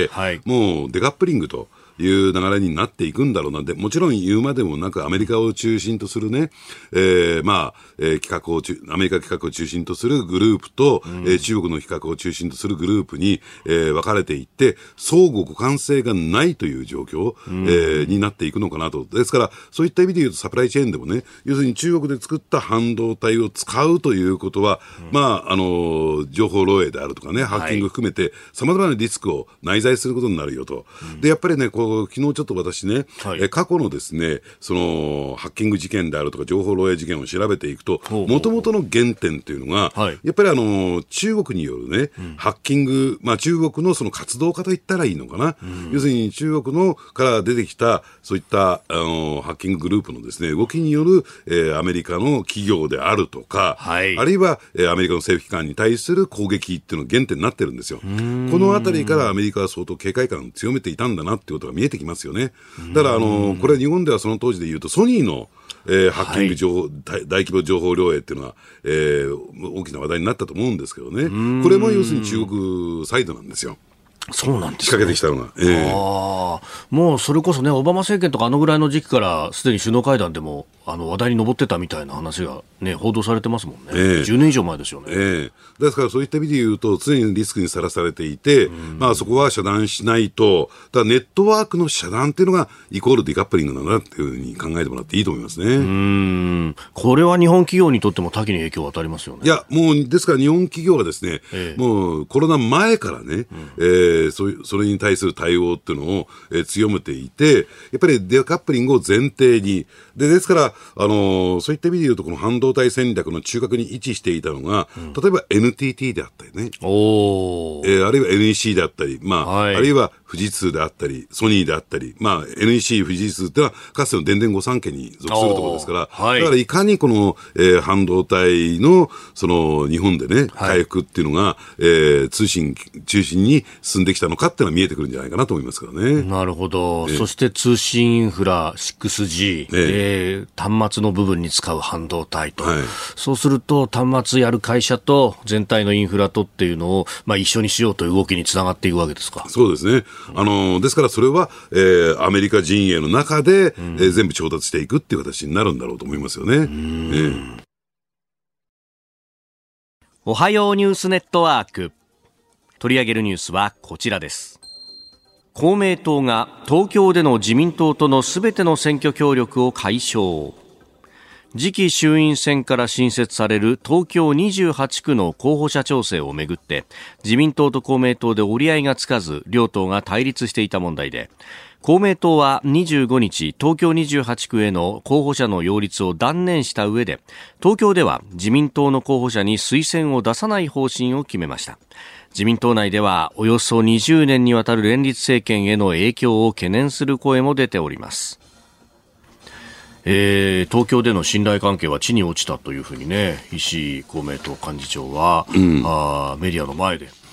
はい、もうデカップリングという流れになっていくんだろうな。で、もちろん言うまでもなくアメリカを中心とするね、えー、まあ、えー、企画を、アメリカ企画を中心とするグループと、うん、えー、中国の企画を中心とするグループに、えー、分かれていって、相互互換性がないという状況、うん、えー、になっていくのかなと。ですから、そういった意味で言うとサプライチェーンでもね、要するに中国で作った半導体を使うということは、うん、まあ、あの、情報漏洩であるとかね、ハッキング含めて、様々なリスクを内在することになるよと。うん、で、やっぱりね、こう昨日ちょっと私ね、はい、え過去のですね、そのハッキング事件であるとか情報漏洩事件を調べていくと、もともとの原点というのが、はい、やっぱりあの中国によるね、うん、ハッキング、まあ中国のその活動家と言ったらいいのかな、うん、要するに中国のから出てきたそういったあのハッキンググループのですね動きによる、えー、アメリカの企業であるとか、はい、あるいは、えー、アメリカの政府機関に対する攻撃っていうのが原点になってるんですよ。このあたりからアメリカは相当警戒感を強めていたんだなっていうことが見えてきますよね。だからあのこれ日本ではその当時で言うとソニーの、えー、ハッキング情報、はい、大, 大規模情報漏洩っていうのは、えー、大きな話題になったと思うんですけどね。これも要するに中国サイドなんですよ。 そうなんですね。 仕掛けてきたのが、えー、 あもうそれこそね、オバマ政権とかあのぐらいの時期からすでに首脳会談でもあの話題に上ってたみたいな話が、ね、報道されてますもんね、えー、じゅうねん以上前ですよね、 えー、ですからそういった意味で言うと常にリスクにさらされていて、まあ、そこは遮断しないと。だネットワークの遮断っていうのがイコールデカップリングなんだっていうふうに考えてもらっていいと思いますね。 うーんこれは日本企業にとっても多岐に影響を与えますよね。 いやもうですから日本企業はですね、えー、もうコロナ前からね、うん、えー、そ, それに対する対応っていうのを、えー、強めていて、やっぱりデカップリングを前提にでですから、あのー、そういった意味で言うとこの半導体戦略の中核に位置していたのが、うん、例えば エヌティーティー であったりね、おえー、あるいは エヌイーシー であったり、まあはい、あるいは富士通であったりソニーであったり、まあ、エヌイーシー 富士通ってのはかつての電電御三家に属するところですから、はい、だからいかにこの、えー、半導体のその日本でね回復っていうのが、はい、えー、通信中心に進んできたのかっていうのは見えてくるんじゃないかなと思いますからね。 なるほど、えー、そして通信インフラ シックスジー、えーえー、端末の部分に使う半導体と、はい、そうすると端末やる会社と全体のインフラとっていうのを、まあ、一緒にしようという動きにつながっていくわけですか。 そうですね、あのですからそれは、えー、アメリカ陣営の中で、うん、えー、全部調達していくっていう形になるんだろうと思いますよね。うん、えー、 おはようニュースネットワーク、取り上げるニュースはこちらです。公明党が東京での自民党とのすべての選挙協力を解消。次期衆院選から新設される東京にじゅうはちくの候補者調整をめぐって自民党と公明党で折り合いがつかず両党が対立していた問題で、公明党はにじゅうごにち東京にじゅうはちくへの候補者の擁立を断念した上で、東京では自民党の候補者に推薦を出さない方針を決めました。自民党内ではおよそにじゅうねんにわたる連立政権への影響を懸念する声も出ております。えー、東京での信頼関係は地に落ちたというふうにね、石井公明党幹事長は、うん、あメディアの前で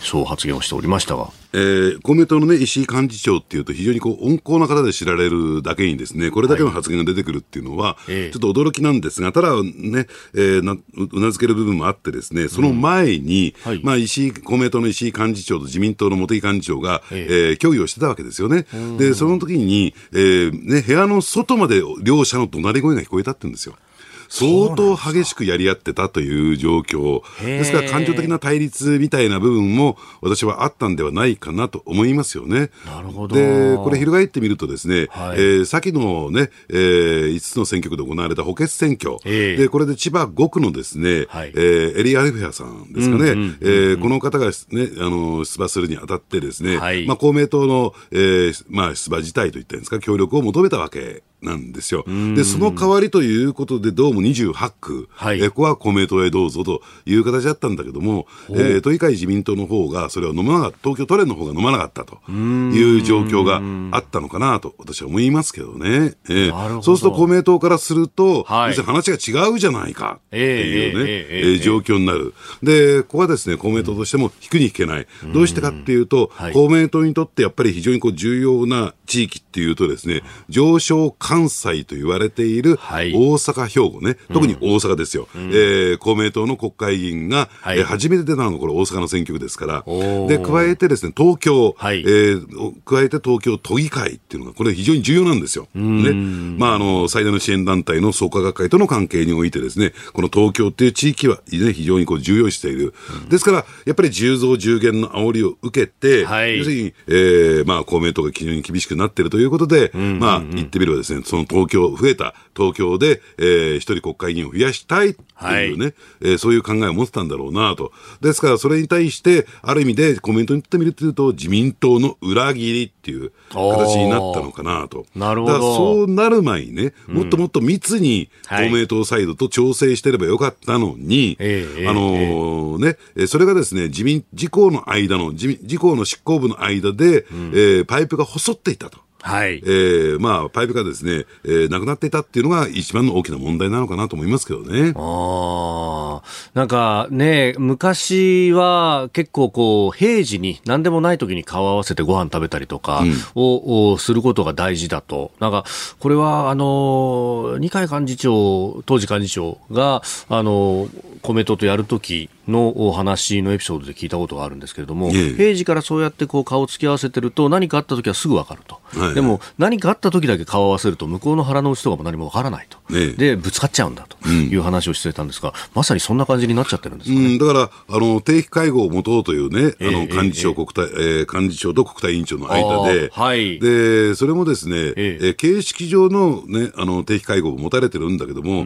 そう発言をしておりましたが、 えー、公明党の、ね、石井幹事長っていうと非常にこう温厚な方で知られるだけにですね、これだけの発言が出てくるっていうのは、はい、ちょっと驚きなんですが、ただね、えー、なうなずける部分もあってですね、その前に、うんはいまあ、石井公明党の石井幹事長と自民党の茂木幹事長が、えーえー、協議をしてたわけですよね。でその時に、えーね、部屋の外まで両者の怒鳴り声が聞こえたって言うんですよ。相当激しくやり合ってたという状況ですから、感情的な対立みたいな部分も私はあったんではないかなと思いますよね。 なるほど。 でこれ翻ってみるとですね、はいえー、先のね、えー、いつつの選挙区で行われた補欠選挙で、これで千葉ごくのですね、はいえー、エリア・アルフェアさんですかね、うんうんうんうんえー、この方が、ね、あの出馬するにあたってですね、はいまあ、公明党の、えーまあ、出馬自体といったんですか、協力を求めたわけなんですよ。でその代わりということでどうもにじゅうはちく、はい、えここは公明党へどうぞという形だったんだけども、えー、都議会自民党の方がそれを飲まなかった、東京都連の方が飲まなかったという状況があったのかなと私は思いますけどね。えー、そうすると公明党からすると、はい、要するに話が違うじゃないかっていうね、えーえーえー、状況になる。でここはですね、公明党としても引くに引けない。どうしてかっていうと、はい、公明党にとってやっぱり非常にこう重要な地域っていうとですね、上昇関西と言われている大阪、兵庫ね、特に大阪ですよ、うんえー、公明党の国会議員が、はいえー、初めて出たのがこれ大阪の選挙区ですから、で加えてですね東京、はいえー、加えて東京都議会っていうのがこれ非常に重要なんですよ、ねまあ、あの最大の支援団体の創価学会との関係においてですね、この東京っていう地域は、ね、非常にこう重要視している、うん、ですからやっぱりじゅう増じゅう減の煽りを受けて、はい、要するに、えーまあ、公明党が非常に厳しくなっているということで、うんうんうんまあ、言ってみればですね、その東京増えた東京で、えー、一人国会議員を増やしたいっていうね、はいえー、そういう考えを持ってたんだろうなと。ですからそれに対してある意味でコメントに言ってみるというと自民党の裏切りっていう形になったのかなと。 なるほど。 だからそうなる前にね、もっともっと密に公明党サイドと調整してればよかったのに、はい、あのー、ね、それがですね、自民自公の間の自自公の執行部の間で、うんえー、パイプが細っていたと。はいえーまあ、パイプがですね、えー、なくなっていたっていうのが一番の大きな問題なのかなと思いますけどね。 あなんかね、昔は結構こう平時に何でもない時に顔を合わせてご飯食べたりとかを、うん、することが大事だと。なんかこれはあの二階幹事長当時幹事長があの公明党とやるときのお話のエピソードで聞いたことがあるんですけれども、平時からそうやってこう顔を突き合わせてると何かあったときはすぐ分かると、はい、でも何かあったときだけ顔を合わせると向こうの腹の内とかも何も分からないと、ね、でぶつかっちゃうんだという話をしてたんですが、うん、まさにそんな感じになっちゃってるんですかね。 うん、だからあの定期会合を持とうというね、あの幹事長、国対えー、幹事長と国対委員長の間で、はい、でそれもですね、ええ、形式上の、ね、あの定期会合を持たれてるんだけども、うんうん、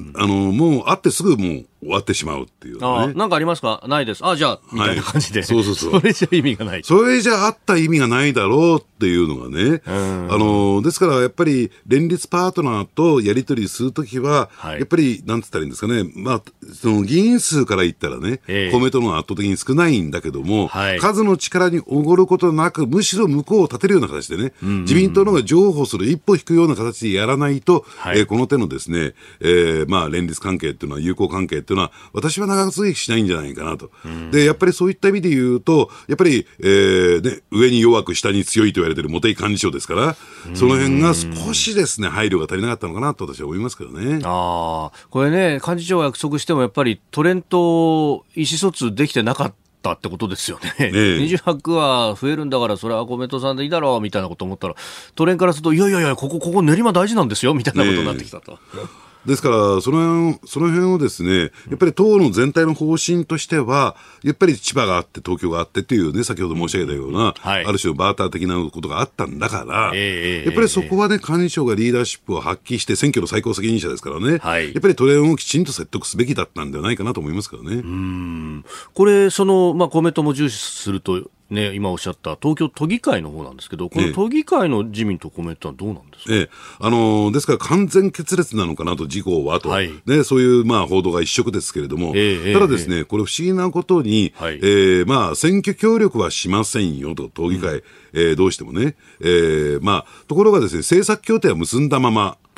あのもう会ってすぐもう終わってしまうっていう、ね、 あなんかありますか、ないです、あじゃあみたいな感じで、はい、そうそうそうそれじゃ意味がない、 それじゃあった意味がないだろうっていうのがね、あのですからやっぱり連立パートナーとやり取りするときは、はい、やっぱりなんて言ったらいいんですかね、まあ、その議員数から言ったらね、えー、公明党の方が圧倒的に少ないんだけども、はい、数の力におごることなくむしろ向こうを立てるような形でね、うんうんうん、自民党の方が譲歩する一歩引くような形でやらないと、はい、えー、この手のですね、えーまあ、連立関係っていうのは友好関係っていうのは私は長続きしないんじゃないかなと、うん、でやっぱりそういった意味で言うとやっぱり、えーね、上に弱く下に強いと言われている茂木幹事長ですから、その辺が少しですね配慮が足りなかったのかなと私は思いますけどね。 あこれね、幹事長が約束してもやっぱり都連と意思疎通できてなかったってことですよ ね, ねにじゅうはち区は増えるんだからそれは公明党さんでいいだろうみたいなこと思ったら、都連からするといやいやいやここここ練馬大事なんですよみたいなことになってきたと、ねですからその辺、その辺をですね、やっぱり党の全体の方針としてはやっぱり千葉があって東京があってというね、先ほど申し上げたような、はい、ある種のバーター的なことがあったんだから、えー、やっぱりそこはね、幹事長がリーダーシップを発揮して選挙の最高責任者ですからね、はい、やっぱり都連をきちんと説得すべきだったんではないかなと思いますけどね。うーんこれその、まあ、公明党も重視するとね、今おっしゃった東京都議会の方なんですけど、この都議会の自民と公明党はどうなんですか。 ええあのー、ですから完全決裂なのかなと、自公はと、はいね、そういうまあ報道が一色ですけれども、ええ、ただですね、ええ、これ不思議なことに、はいえーまあ、選挙協力はしませんよと、都議会、うんえー、どうしてもね、えーまあ、ところがですね、政策協定は結んだまま。 あ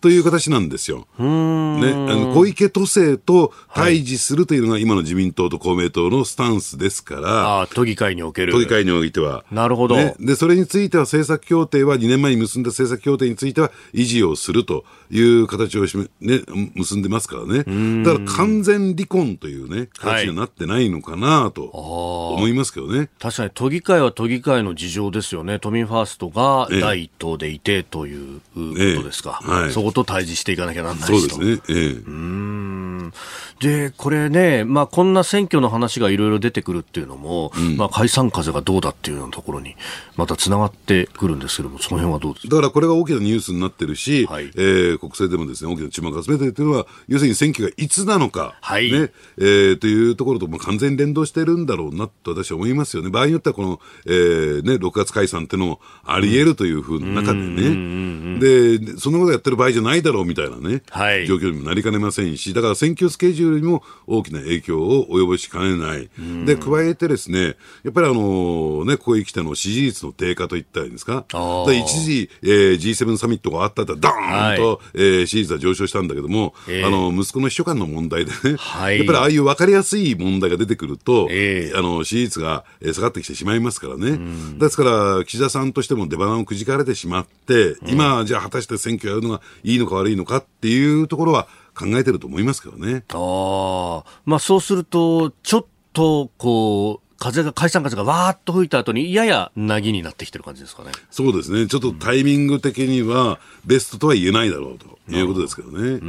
という形なんですよ。ね、あの小池都政と対峙するというのが今の自民党と公明党のスタンスですから、はい、 あ都議会における都議会においては。 なるほど、 ね、でそれについては政策協定はにねんまえに結んだ政策協定については維持をするという形をしめ、ね、結んでますからね。だから完全離婚というね形にはなってないのかなと思いますけどね、はい、 確かに都議会は都議会の事情ですよね。都民ファーストが第一党でいてということですか、 ええはい、 そこと対峙していかなきゃならないしと。 そうですね、ええ、 うーんでこれね、まあ、こんな選挙の話がいろいろ出てくるっていうのも、うんまあ、解散風がどうだっていうようなところにまたつながってくるんですけども、その辺はどうですか。 だからこれが大きなニュースになってるし、はいえー、国政でもですね大きな注目を集めているというのは要するに選挙がいつなのか、はいねえー、というところとも完全に連動しているんだろうなと私は思いますよね。場合によってはこの、えーね、ろくがつ解散っていうのもあり得るというふうな中でね、でそのことやってる場合じゃないだろうみたいなね、はい、状況にもなりかねませんし、だから選挙スケジュールにも大きな影響を及ぼしかねない。で加えてですねやっぱりあのねここへ来ての支持率の低下といったらいいんですか。で一時、えー、ジーセブン サミットがあったらダーンと、はいえー、支持率は上昇したんだけども、えー、あの息子の秘書官の問題でね、はい、やっぱりああいう分かりやすい問題が出てくると、えー、あの支持率が下がってきてしまいますからね。ですから岸田さんとしても出番をくじかれてしまって、うん、今じゃあ果たして選挙やるのがいいのか悪いのかっていうところは考えてると思いますけどね。 あ、まあ、そうするとちょっとこう風が解散風がわーっと吹いた後にややなぎになってきてる感じですかね。 そうですね。ちょっとタイミング的にはベストとは言えないだろうということですけどね。 うん。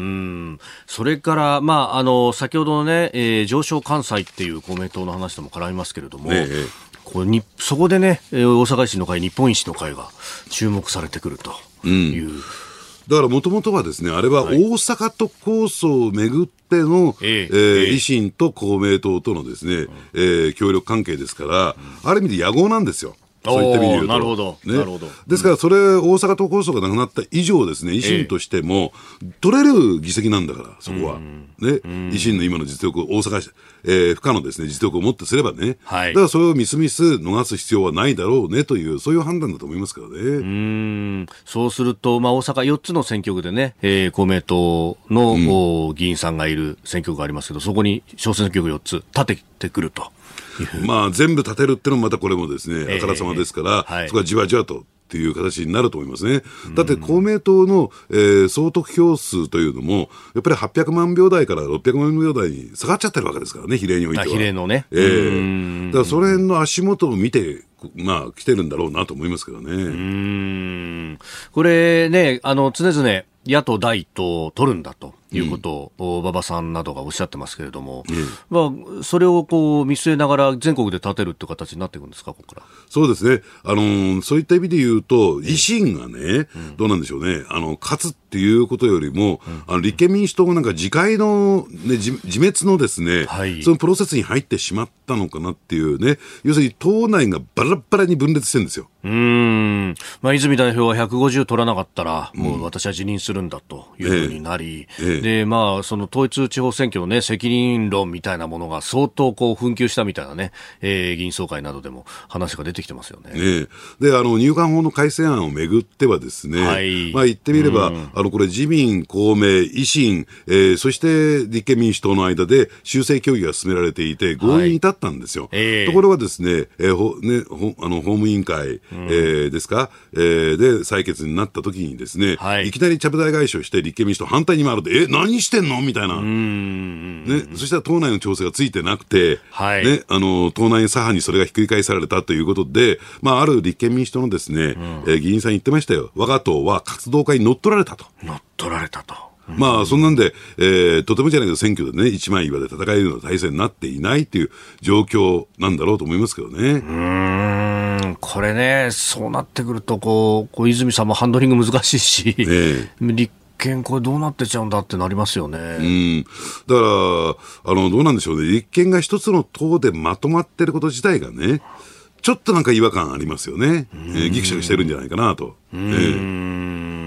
それから、まあ、あの先ほどのね、えー、上昇関西っていう公明党の話とも絡みますけれども、ええ、これにそこでね大阪維新の会日本維新の会が注目されてくるという、うん、 だからもともとはですねあれは大阪都構想をめぐっての、えええー、維新と公明党とのですね、うんえー、協力関係ですから、うん、ある意味で野合なんですよ。そういった意味で言うと。 なるほど、 ね、 なるほど。 ですからそれ大阪都構想がなくなった以上ですね維新としても取れる議席なんだからそこは、ね、維新の今の実力を大阪市、えー、不可のですね実力をもってすればね、はい、だからそれをみすみす逃す必要はないだろうねというそういう判断だと思いますからね。うーんそうすると、まあ、大阪よっつの選挙区でね、えー、公明党の、うん、議員さんがいる選挙区がありますけどそこに小選挙区よっつ立ててくるとまあ全部立てるっていうのもまたこれもですねあからさまですから、えーはい、そこはじわじわとっていう形になると思いますね。だって公明党の、えー、総得票数というのもやっぱりはっぴゃくまんひょう台からろっぴゃくまんひょう台に下がっちゃってるわけですからね比例においては。 比例のね、 えー、だからその辺の足元を見てまあ来てるんだろうなと思いますけどね。うーんこれねあの常々野党第一党を取るんだということを馬場さんなどがおっしゃってますけれども、うんまあ、それをこう見据えながら全国で立てるという形になっていくんですかここから。 そうですね、あのー、そういった意味で言うと維新がね、うん、どうなんでしょうねあの勝つっていうことよりも、うん、あの立憲民主党がなんか自戒の、ね、自, 自滅のですね、はい、そのプロセスに入ってしまったのかなっていうね要するに党内がバラバラに分裂してるんですよ。 うーん、まあ、泉代表はひゃくごじゅう取らなかったらもう私は辞任するんだというふうになり、ええええでまあ、その統一地方選挙の、ね、責任論みたいなものが相当こう紛糾したみたいな、ねえー、議員総会などでも話が出てきてますよね。 ねであの入管法の改正案をめぐってはですね、はいまあ、言ってみれば、うん、あのこれ自民、公明、維新、えー、そして立憲民主党の間で修正協議が進められていて合意に至ったんですよ。はいえー、ところがですね、えーほね、ほあの法務委員会、うんえー、ですか、えー、で採決になった時にですね、はい、いきなりちゃぶ台返しをして立憲民主党反対に回るでえ何してんのみたいな、うんね、そしたら党内の調整がついてなくて、はいね、あの党内左派にそれがひっくり返されたということで、まあ、ある立憲民主党のですね、うんえー、議員さん言ってましたよ。我が党は活動家に乗っ取られたと。 乗っ取られたと。 まあそんなんで、えー、とてもじゃないけど選挙でね一枚岩で戦えるような体制になっていないという状況なんだろうと思いますけどね。 うーんこれねそうなってくるとこう、こう泉さんもハンドリング難しいし、えー、立憲これどうなってちゃうんだってなりますよね。 うんだからあのどうなんでしょうね立憲が一つの党でまとまってること自体がねちょっとなんか違和感ありますよね。えー、ギクシャクしてるんじゃないかなと。うーん、 え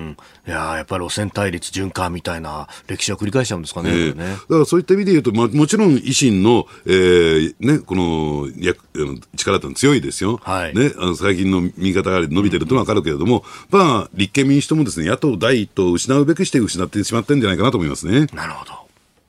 いややっぱり路線対立循環みたいな歴史を繰り返しちゃうんですかね。 えー、 ねだからそういった意味で言うと、まあ、もちろん維新の、えーね、この役力って強いですよ、はいね、あの最近の右肩が伸びてるというのは分かるけれども、うんまあ、立憲民主党もですね野党第一党を失うべくして失ってしまってるんじゃないかなと思いますね。 なるほど。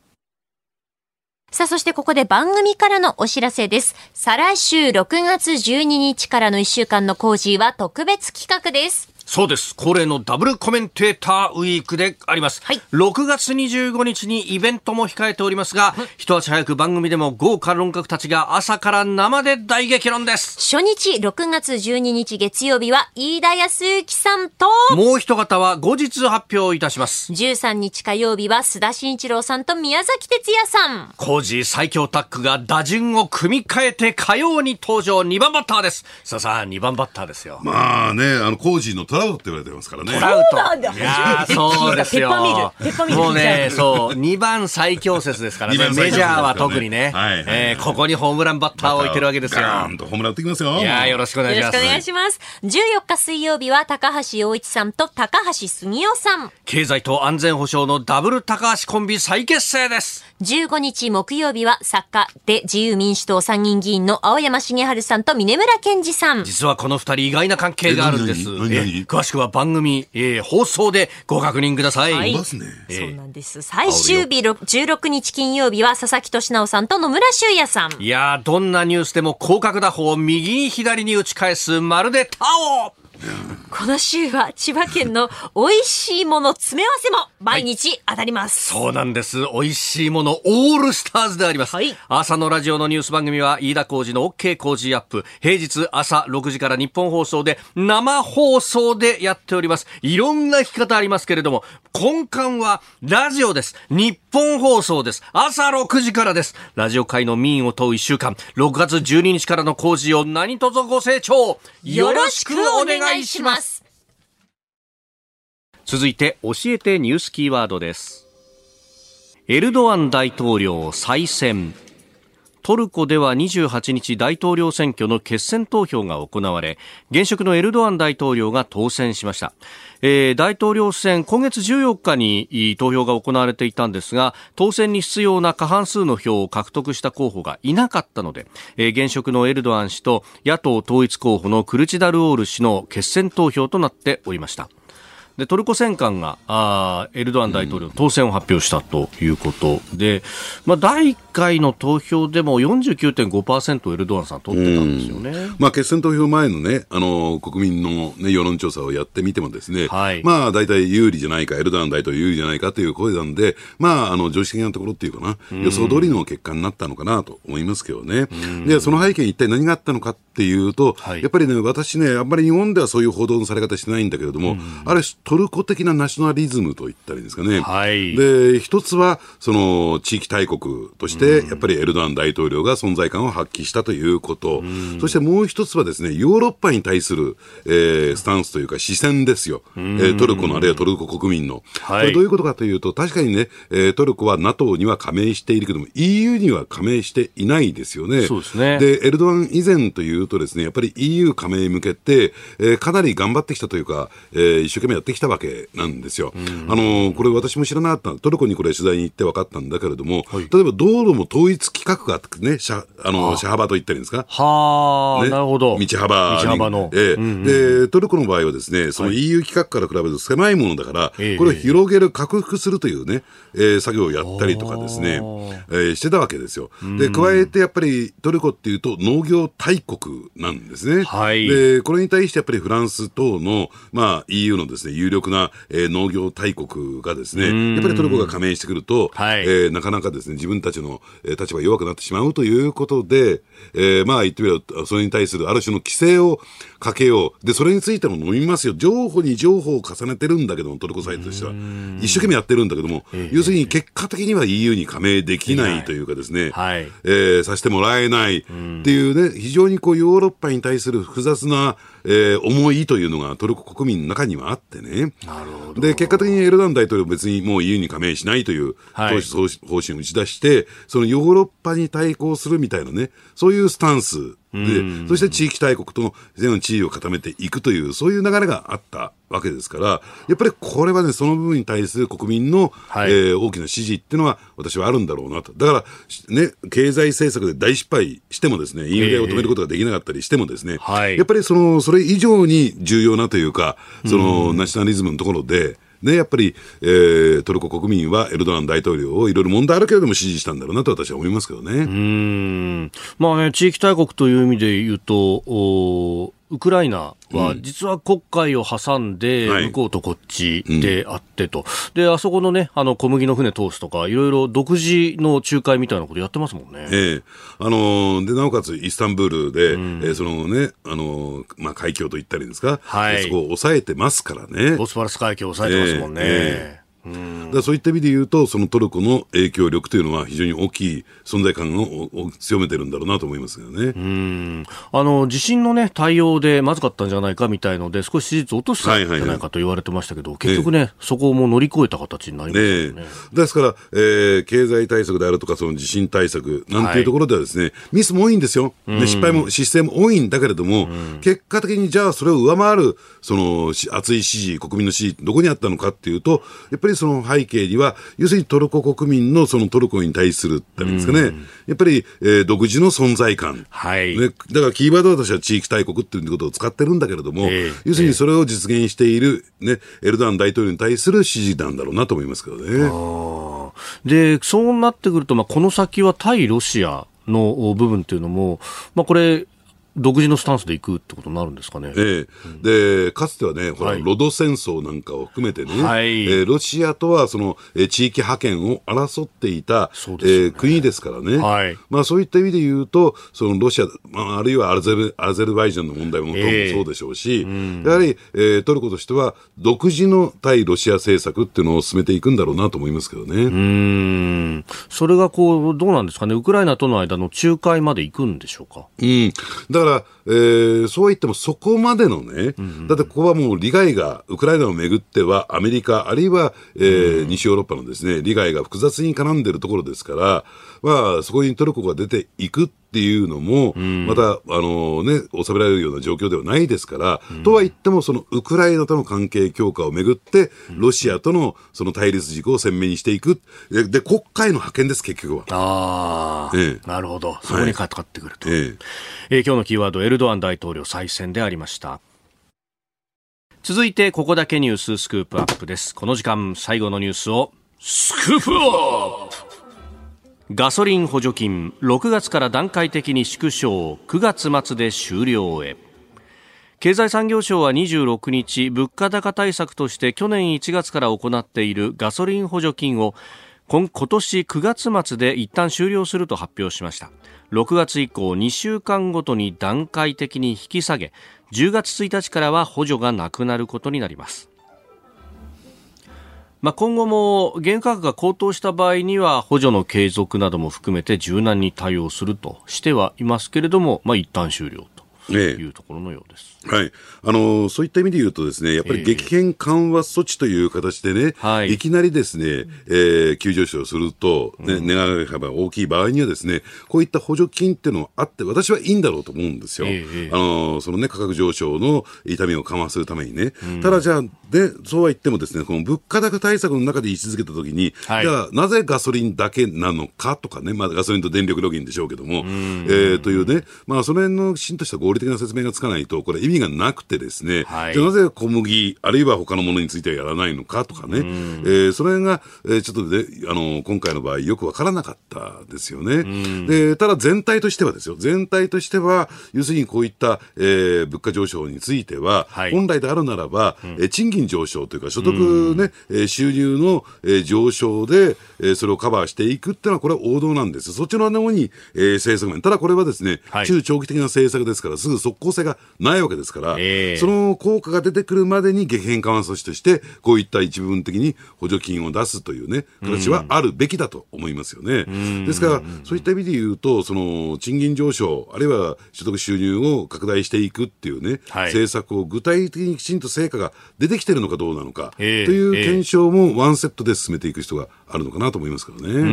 さあ、そしてここで番組からのお知らせです。再来週ろくがつじゅうににちからのいっしゅうかんのコージーは特別企画です。 そうです。恒例のダブルコメンテーターウィークであります。はい、ろくがつにじゅうごにちにイベントも控えておりますが、うん、一足早く番組でも豪華論客たちが朝から生で大激論です。 初日ろくがつじゅうににち月曜日は飯田康之さんと、 もう一方は後日発表いたします。 じゅうさんにち火曜日は須田慎一郎さんと宮崎哲也さん。 コージー最強タッグが打順を組み替えて火曜に登場。にばんバッターです。さあさあにばんバッターですよ。 まあね、あのコージーのトラウトって言われてますからね。 トラウト。いやそうですよ。もうね、そう、にばん最強説ですからね。メジャーは特にね。はいはいはいえー、ここにホームランバッターを置いてるわけですよ。 ガーンとホームラン打ってきますよ。 いやよろしくお願いします。 よろしくお願いします。じゅうよっか水曜日は高橋洋一さんと高橋杉雄さん。 経済と安全保障のダブル高橋コンビ再結成です。 じゅうごにち木曜日は作家で自由民主党参議院議員の青山茂春さんと峯村健二さん。 実はこのふたり意外な関係があるんです。えー、詳しくは番組、えー、放送でご確認ください。はい、 ねえー、そうなんです。最終日じゅうろくにち金曜日は佐々木俊直さんと野村修也さん。 いやーどんなニュースでも広角打法を右に左に打ち返すまるでタオ。 この週は千葉県の美味しいもの詰め合わせも毎日当たります、 はい、そうなんです。美味しいものオールスターズであります、はい、朝のラジオのニュース番組は飯田浩司の OK 工事アップ、平日朝ろくじから日本放送で生放送でやっております。いろんな聞き方ありますけれども根幹はラジオです。日本放送です。朝ろくじからです。ラジオ界の民を問ういっしゅうかん、ろくがつじゅうににちからの工事を何卒ご清聴よろしくお願いします。続いて教えてニュースキーワードです。エルドアン大統領再選。トルコではにじゅうはちにち大統領選挙の決選投票が行われ、現職のエルドアン大統領が当選しました。えー、大統領選今月じゅうよっかに投票が行われていたんですが、当選に必要な過半数の票を獲得した候補がいなかったので、えー、現職のエルドアン氏と野党統一候補のクルチダルオール氏の決選投票となっておりました。でトルコ選管があエルドアン大統領の当選を発表したということで、まあ、だいいっかいの投票でも よんじゅうきゅうてんごパーセント エルドアンさん取ってたんですよね。 まあ、決選投票前のね、あの国民の、ね、世論調査をやってみてもですね、はい、まあ大体有利じゃないか、エルドアン大統領有利じゃないかという声なんで、まああの常識的なところっていうかな、予想通りの結果になったのかなと思いますけどね。でその背景に一体何があったのかっていうと、はい、やっぱりね私ねあんまり日本ではそういう報道のされ方してないんだけれども、あれトルコ的なナショナリズムといったらいいんですかね、はい、で一つはその地域大国としてやっぱりエルドアン大統領が存在感を発揮したということ、そしてもう一つはですねヨーロッパに対する、えー、スタンスというか視線ですよ、えー、トルコのあるいはトルコ国民の、はい、これどういうことかというと確かにね、えー、トルコは ナトー には加盟しているけども イーユー には加盟していないですよね。 そうですね。 でエルドアン以前というとですねやっぱり イーユー 加盟に向けて、えー、かなり頑張ってきたというか、えー、一生懸命やってきたわけなんですよ。あのこれ私も知らなかった、トルコにこれ取材に行って分かったんだけれども、はい、例えば道路も統一規格があってね、車あの車幅と言ったらいいんですか、 はあ、ね、なるほど、 道幅道幅の、 えーうんうん、でトルコの場合はですねその イーユー 規格から比べると狭いものだから、はい、これを広げる拡幅するというね、えー、作業をやったりとかですね、えー、してたわけですよ。で加えてやっぱりトルコっていうと農業大国なんですね、はい、でこれに対してやっぱりフランス等の、まあ、イーユー のですね有力な、えー、農業大国がですねやっぱりトルコが加盟してくると、はい、えー、なかなかですね自分たちの、えー、立場が弱くなってしまうということで、えー、まあ言ってみればそれに対するある種の規制をかけよう。でそれについても飲みますよ。情報に情報を重ねてるんだけどもトルコサイドとしては一生懸命やってるんだけども、えー、要するに結果的には イーユー に加盟できないというかですね、はい、えー、させてもらえないっていうね、非常にこうヨーロッパに対する複雑な、えー、思いというのがトルコ国民の中にはあってね。なるほど。で結果的にエルドアン大統領は別にもう イーユー に加盟しないという党首方針を打ち出して、そのヨーロッパに対抗するみたいなねそういうスタンスでそして地域大国との地位を固めていくというそういう流れがあったわけですから、やっぱりこれはねその部分に対する国民の、はい、えー、大きな支持っていうのは私はあるんだろうなと。だからね経済政策で大失敗してもですねインフレを止めることができなかったりしてもですね、えーはい、やっぱりそのそれ以上に重要なというかそのナショナリズムのところでね、やっぱり、えー、トルコ国民はエルドアン大統領をいろいろ問題あるけれども支持したんだろうなと私は思いますけどね。うーん、まあね、地域大国という意味で言うとウクライナは実は黒海を挟んで向こうとこっちであってと、はい、であそこのねあの小麦の船通すとかいろいろ独自の仲介みたいなことやってますもんね。 ええ、あのー、でなおかつイスタンブールで、うん、えー、そのねあのー、まあ海峡と言ったらいいんですか、はい、そこを抑えてますからね。 ボスポラス海峡を抑えてますもんね。えーえーうん、だからそういった意味で言うとそのトルコの影響力というのは非常に大きい存在感を強めてるんだろうなと思いますよね。 うん、あの地震の、ね、対応でまずかったんじゃないかみたいので少し支持率落としたんじゃないかと言われてましたけど、はいはいはい、結局ね、ねそこをもう乗り越えた形になりましたよね。ねですから、えー、経済対策であるとかその地震対策なんていうところではですね、はい、ミスも多いんですよ、ね、失敗も失勢も多いんだけれども、結果的にじゃあそれを上回るその熱い支持国民の支持どこにあったのかっていうとやっぱりその背景には要するにトルコ国民のそのトルコに対するってんですかね、やっぱり、えー、独自の存在感、はいね、だからキーワードは私は地域大国っていうことを使ってるんだけれども、えー、要するにそれを実現している、ね、エルドアン大統領に対する支持なんだろうなと思いますけどね。 あでそうなってくると、まあ、この先は対ロシアの部分っていうのも、まあ、これ独自のスタンスでいくってことになるんですかね。 ええ、でかつてはねほら、はい、ロド戦争なんかを含めてね、はい、えー、ロシアとはその、えー、地域覇権を争っていた、そうですよね、えー、国ですからね、はい、まあ、そういった意味で言うとそのロシア、まあ、あるいはアルゼル、アルゼルバイジャンの問題もそうでしょうし、えー、やはり、えー、トルコとしては独自の対ロシア政策っていうのを進めていくんだろうなと思いますけどね。 うーん、それがこうどうなんですかね、ウクライナとの間の仲介まで行くんでしょうか。 うん、だからえー、そうは言ってもそこまでのね、うんうん、だってここはもう利害がウクライナをめぐってはアメリカあるいは、えーうん、西ヨーロッパのですね利害が複雑に絡んでいるところですから、まあ、そこにトルコが出ていくっていうのも、うん、またあの、ね、収められるような状況ではないですから、うん、とは言ってもそのウクライナとの関係強化をめぐってロシアとのその対立軸を鮮明にしていくで, で国会の派遣です結局は。 あ、ええ、なるほど、そこにかかってくると、はい、えええー、今日のキーワードエルドアン大統領再選でありました。続いてここだけニューススクープアップです。この時間最後のニュースをスクープアップ。ガソリン補助金ろくがつから段階的に縮小、くがつ末で終了へ。経済産業省はにじゅうろくにち物価高対策として去年いちがつから行っているガソリン補助金を今, 今年くがつ末で一旦終了すると発表しました。ろくがつ以降にしゅうかんごとに段階的に引き下げ、じゅうがつついたちからは補助がなくなることになります。まあ、今後も原油価格が高騰した場合には補助の継続なども含めて柔軟に対応するとしてはいますけれども、まあ、一旦終了というところのようです。 ええ、はい、あのー、そういった意味で言うとですねやっぱり激変緩和措置という形でね、えー、いきなりですね、えー、急上昇すると、ね、うん、値上がりが大きい場合にはですねこういった補助金っていうのがあって私はいいんだろうと思うんですよ、えー、あのー、そのね価格上昇の痛みを緩和するためにね、うん、ただじゃあでそうは言ってもですねこの物価高対策の中で位置づけたときに、はい、じゃあなぜガソリンだけなのかとかね、まあ、ガソリンと電力料金でしょうけども、うん、えー、というね、まあ、その辺のきちんとした合理的な説明がつかないとこれ意味がなくてですね、はい、じゃあなぜ小麦あるいは他のものについてはやらないのかとかね、うん、えー、その辺が、えー、ちょっとねあの今回の場合よくわからなかったですよね、うん、でただ全体としてはですよ全体としては要するにこういった、えー、物価上昇については、はい、本来であるならば、うん、えー、賃金上昇というか所得、ね、うん、収入の、えー、上昇で、えー、それをカバーしていくっていうのはこれは王道なんです。そっちの方に、えー、政策面ただこれはですね、はい、中長期的な政策ですからすぐ即効性がないわけですから、えー、その効果が出てくるまでに激変緩和措置としてこういった一部分的に補助金を出すというね形はあるべきだと思いますよね、うん、ですからそういった意味で言うとその賃金上昇あるいは所得収入を拡大していくっていうね、はい、政策を具体的にきちんと成果が出てきているのかどうなのか、えー、という検証もワンセットで進めていく必要があるのかなと思いますからね。 うん、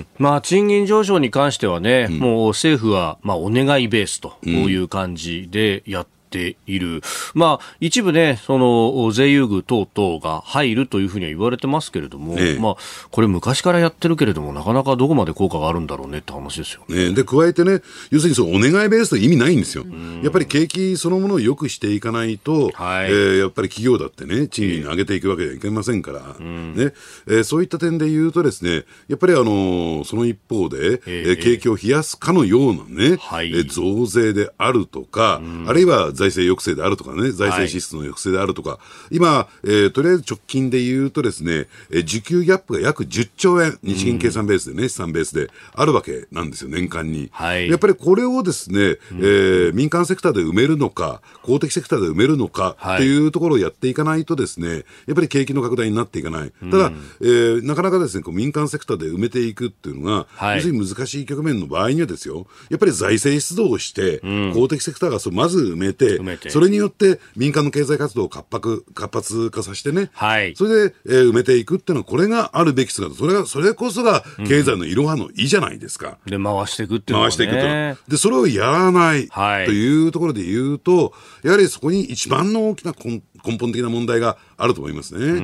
まあ、賃金上昇に関してはね、うん、もう政府は、まあ、お願いベースという感じでやってている。まあ、一部ね、その税優遇等々が入るというふうには言われてますけれども、ええ、まあ、これ昔からやってるけれども、なかなかどこまで効果があるんだろうねって話ですよね。 ねで、加えてね、要するにそのお願いベースと意味ないんですよ。やっぱり景気そのものを良くしていかないと、はい、えー、やっぱり企業だってね、賃金上げていくわけにはいけませんから、えーねえー、そういった点で言うとですね、やっぱりあのー、その一方で、えー、景気を冷やすかのようなね、はい、えー、増税であるとか、あるいは財政抑制であるとかとかね、財政支出の抑制であるとか、はい、今、えー、とりあえず直近で言うとですね、えー、需給ギャップが約じゅっちょうえん、日銀計算ベースでね、資産ベースであるわけなんですよ、年間に。はい、やっぱりこれをですね、えー、民間セクターで埋めるのか、公的セクターで埋めるのか、はい、っていうところをやっていかないとですね、やっぱり景気の拡大になっていかない。ただ、えー、なかなかですね、こう民間セクターで埋めていくっていうのが、はい、要するに難しい局面の場合にはですよ、やっぱり財政出動をして、うん、公的セクターがそまず埋めて、埋めてそれによって民間の経済活動を活発活発化させてね、はい、それで、えー、埋めていくっていうのはこれがあるべき姿、それがそれこそが経済のいろはの意じゃないですか。 で回していくっていうのはね。 回していくとでそれをやらない、はい、というところで言うと、やはりそこに一番の大きな根根本的な問題があると思いますね。 うん、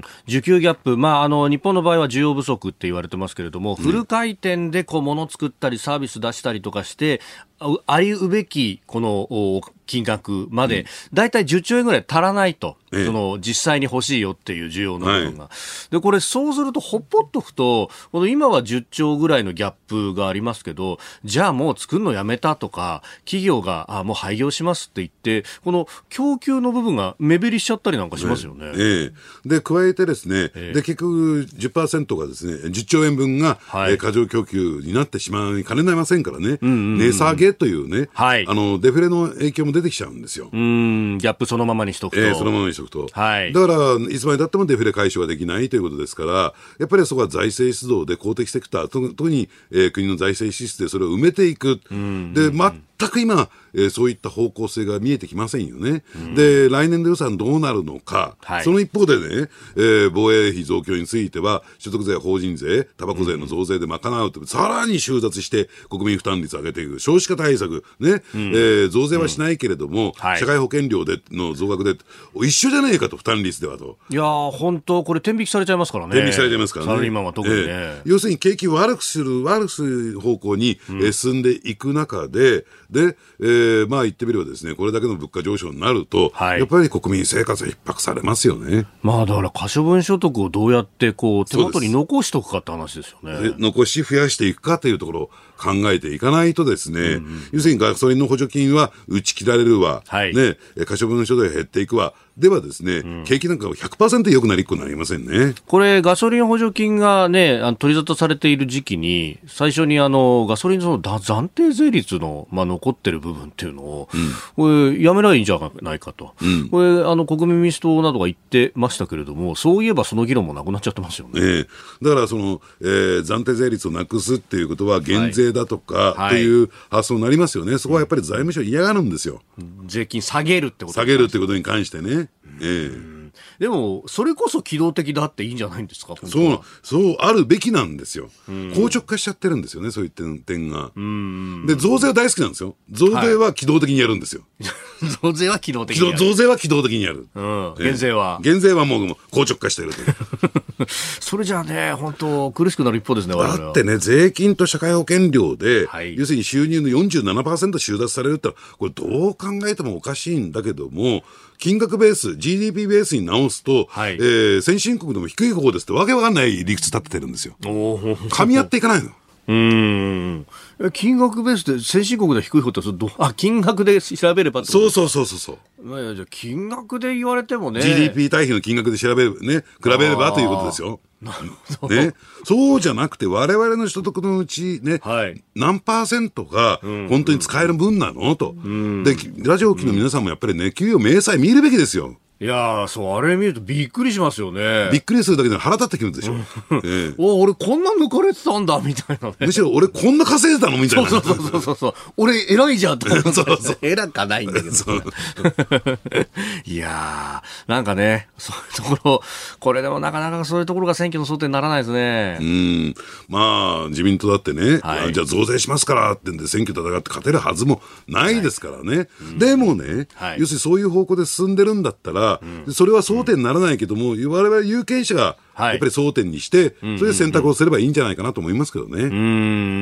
需給ギャップ、まあ、あの日本の場合は需要不足って言われてますけれども、うん、フル回転でこう物作ったりサービス出したりとかしてありうべきこの金額まで、だいたいじゅっちょうえんぐらい足らないと、ええ、その実際に欲しいよっていう需要の部分が、はい、でこれそうするとほっぽっとくとこの今はじゅっちょうぐらいのギャップがありますけど、じゃあもう作るのやめたとか企業があもう廃業しますって言ってこの供給の部分が目減りしちゃったりなんかしますよね。 ええ、で加えてですね、ええ、で結局 じゅっパーセント がですねじゅっちょうえんぶんが、はい、えー、過剰供給になってしまいかねませんからね、うんうんうん、値下げというね、はい、あのデフレの影響も出てきちゃうんですよ。 うーん、ギャップそのままにしとくと、 えー、そのままにしとくと、はい、だからいつまでたってもデフレ解消はできないということですから、やっぱりそこは財政出動で公的セクターと特に、えー、国の財政支出でそれを埋めていく。で全く今、えー、そういった方向性が見えてきませんよね。で来年度予算どうなるのか、はい、その一方でね、えー、防衛費増強については所得税、法人税、タバコ税の増税で賄うと、うん、さらに収奪して国民負担率を上げていく少子化対策、ね、うん、えー、増税はしないけれども、うん、はい、社会保険料での増額で一緒じゃねえかと、負担率ではと。 いやー本当これ天引きされちゃいますからね。 天引きされちゃいますからね。 サラリーマンは特にね、 えー、要するに景気を悪くする悪くする方向に、うん、えー、進んでいく中でで、えー、まあ言ってみればですね、これだけの物価上昇になると、はい、やっぱり国民生活は逼迫されますよね。 まあだから可処分所得をどうやってこう手元に残しておくかって話ですよね。 で残し増やしていくかというところを考えていかないとですね、うんうん、要するにガソリンの補助金は打ち切られるわ、はい、ね、可処分所得が減っていくわではですね、うん、景気なんかは ひゃくパーセント 良くなりっこになりませんね。 これガソリン補助金がね、あの取り沙汰されている時期に最初にあのガソリンの暫定税率の、まあ、残ってる部分っていうのを、うん、これやめないんじゃないかと、うん、これあの国民民主党などが言ってましたけれども、そういえばその議論もなくなっちゃってますよね。えー、だからその、えー、暫定税率をなくすっていうことは減税だとか、はい、っていう発想になりますよね。そこはやっぱり財務省嫌がるんですよ。 税金下げるってこと下げるってことに関してね。えー、 でもそれこそ機動的だっていいんじゃないんですか。 そうそうあるべきなんですよ。硬直化しちゃってるんですよね、そういう点、点が。うんで増税は大好きなんですよ。増税は機動的にやるんですよ。はい、 増税は機動的にやる。 増税は機動的にやる。 うん、減税は、 えー、減税はもう硬直化してるとそれじゃあね本当苦しくなる一方ですね。我々はだってね、税金と社会保険料で、はい、要するに収入の よんじゅうななパーセント 収奪されるってこれどう考えてもおかしいんだけども、金額ベース ジーディーピー ベースに直すと、はい、えー、先進国でも低い方ですってわけわかんない理屈立ててるんですよ。噛み合っていかないの。 うーん、金額ベースで先進国で低い方ってそれどあ金額で調べればってことそうそうそうそうそう、 まあ、じゃあ金額で言われてもねジーディーピー 対比の金額で調べるね比べればということですよ。ね、そうじゃなくて我々の所得のうちね、はい、何パーセントが本当に使える分なのと、うん、でラジオ機の皆さんもやっぱりね、給与明細見るべきですよ。 いやー、そう、あれ見るとびっくりしますよね。 びっくりするだけで腹立ってくるでしょ。 ええ、お、俺こんな抜かれてたんだ、みたいなね。 むしろ俺こんな稼いでたのみたいな。 そうそうそうそうそう。俺偉いじゃんと思って。そうそう。偉かないんだけど。いやー、なんかね、そういうところ、これでもなかなかそういうところが選挙の争点にならないですね。 うん。まあ、自民党だってね、 はい、 じゃあ増税しますからってんで選挙戦って勝てるはずもないですからね。はい、うん、でもね、はい、要するにそういう方向で進んでるんだったら、うん、それは争点にならないけども、うん、我々有権者がやっぱり争点にして、はい、それで選択をすればいいんじゃないかなと思いますけどね。 うん、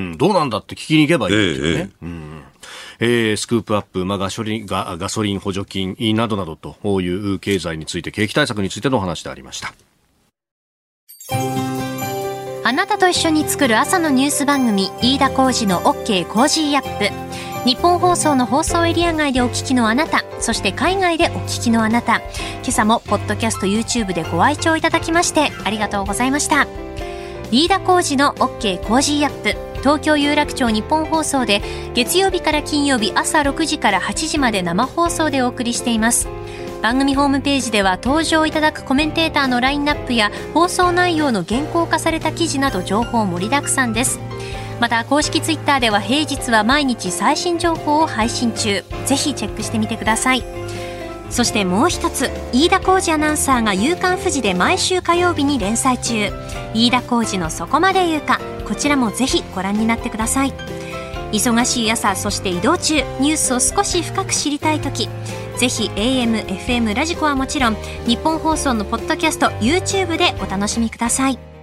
どうなんだって聞きに行けばいいですよね。ええうんえー、スクープアップ、まあ、ガソリン、ガ、ガソリン補助金などなどという経済について、景気対策についてのお話でありました。 あなたと一緒に作る朝のニュース番組、飯田浩司の OK コージーアップ。日本放送の放送エリア外でお聞きのあなた、そして海外でお聞きのあなた、今朝もポッドキャスト YouTube でご愛聴いただきましてありがとうございました。飯田浩司の OK コージーアップ、東京有楽町日本放送で月曜日から金曜日朝ろくじからはちじまで生放送でお送りしています。番組ホームページでは登場いただくコメンテーターのラインナップや放送内容の原稿化された記事など情報盛りだくさんです。また公式ツイッターでは平日は毎日最新情報を配信中、ぜひチェックしてみてください。そしてもう一つ、飯田浩司アナウンサーが夕刊フジで毎週火曜日に連載中、飯田浩司のそこまで言うか、こちらもぜひご覧になってください。忙しい朝、そして移動中、ニュースを少し深く知りたいとき、ぜひ エーエム、エフエム ラジコはもちろん日本放送のポッドキャスト YouTube でお楽しみください。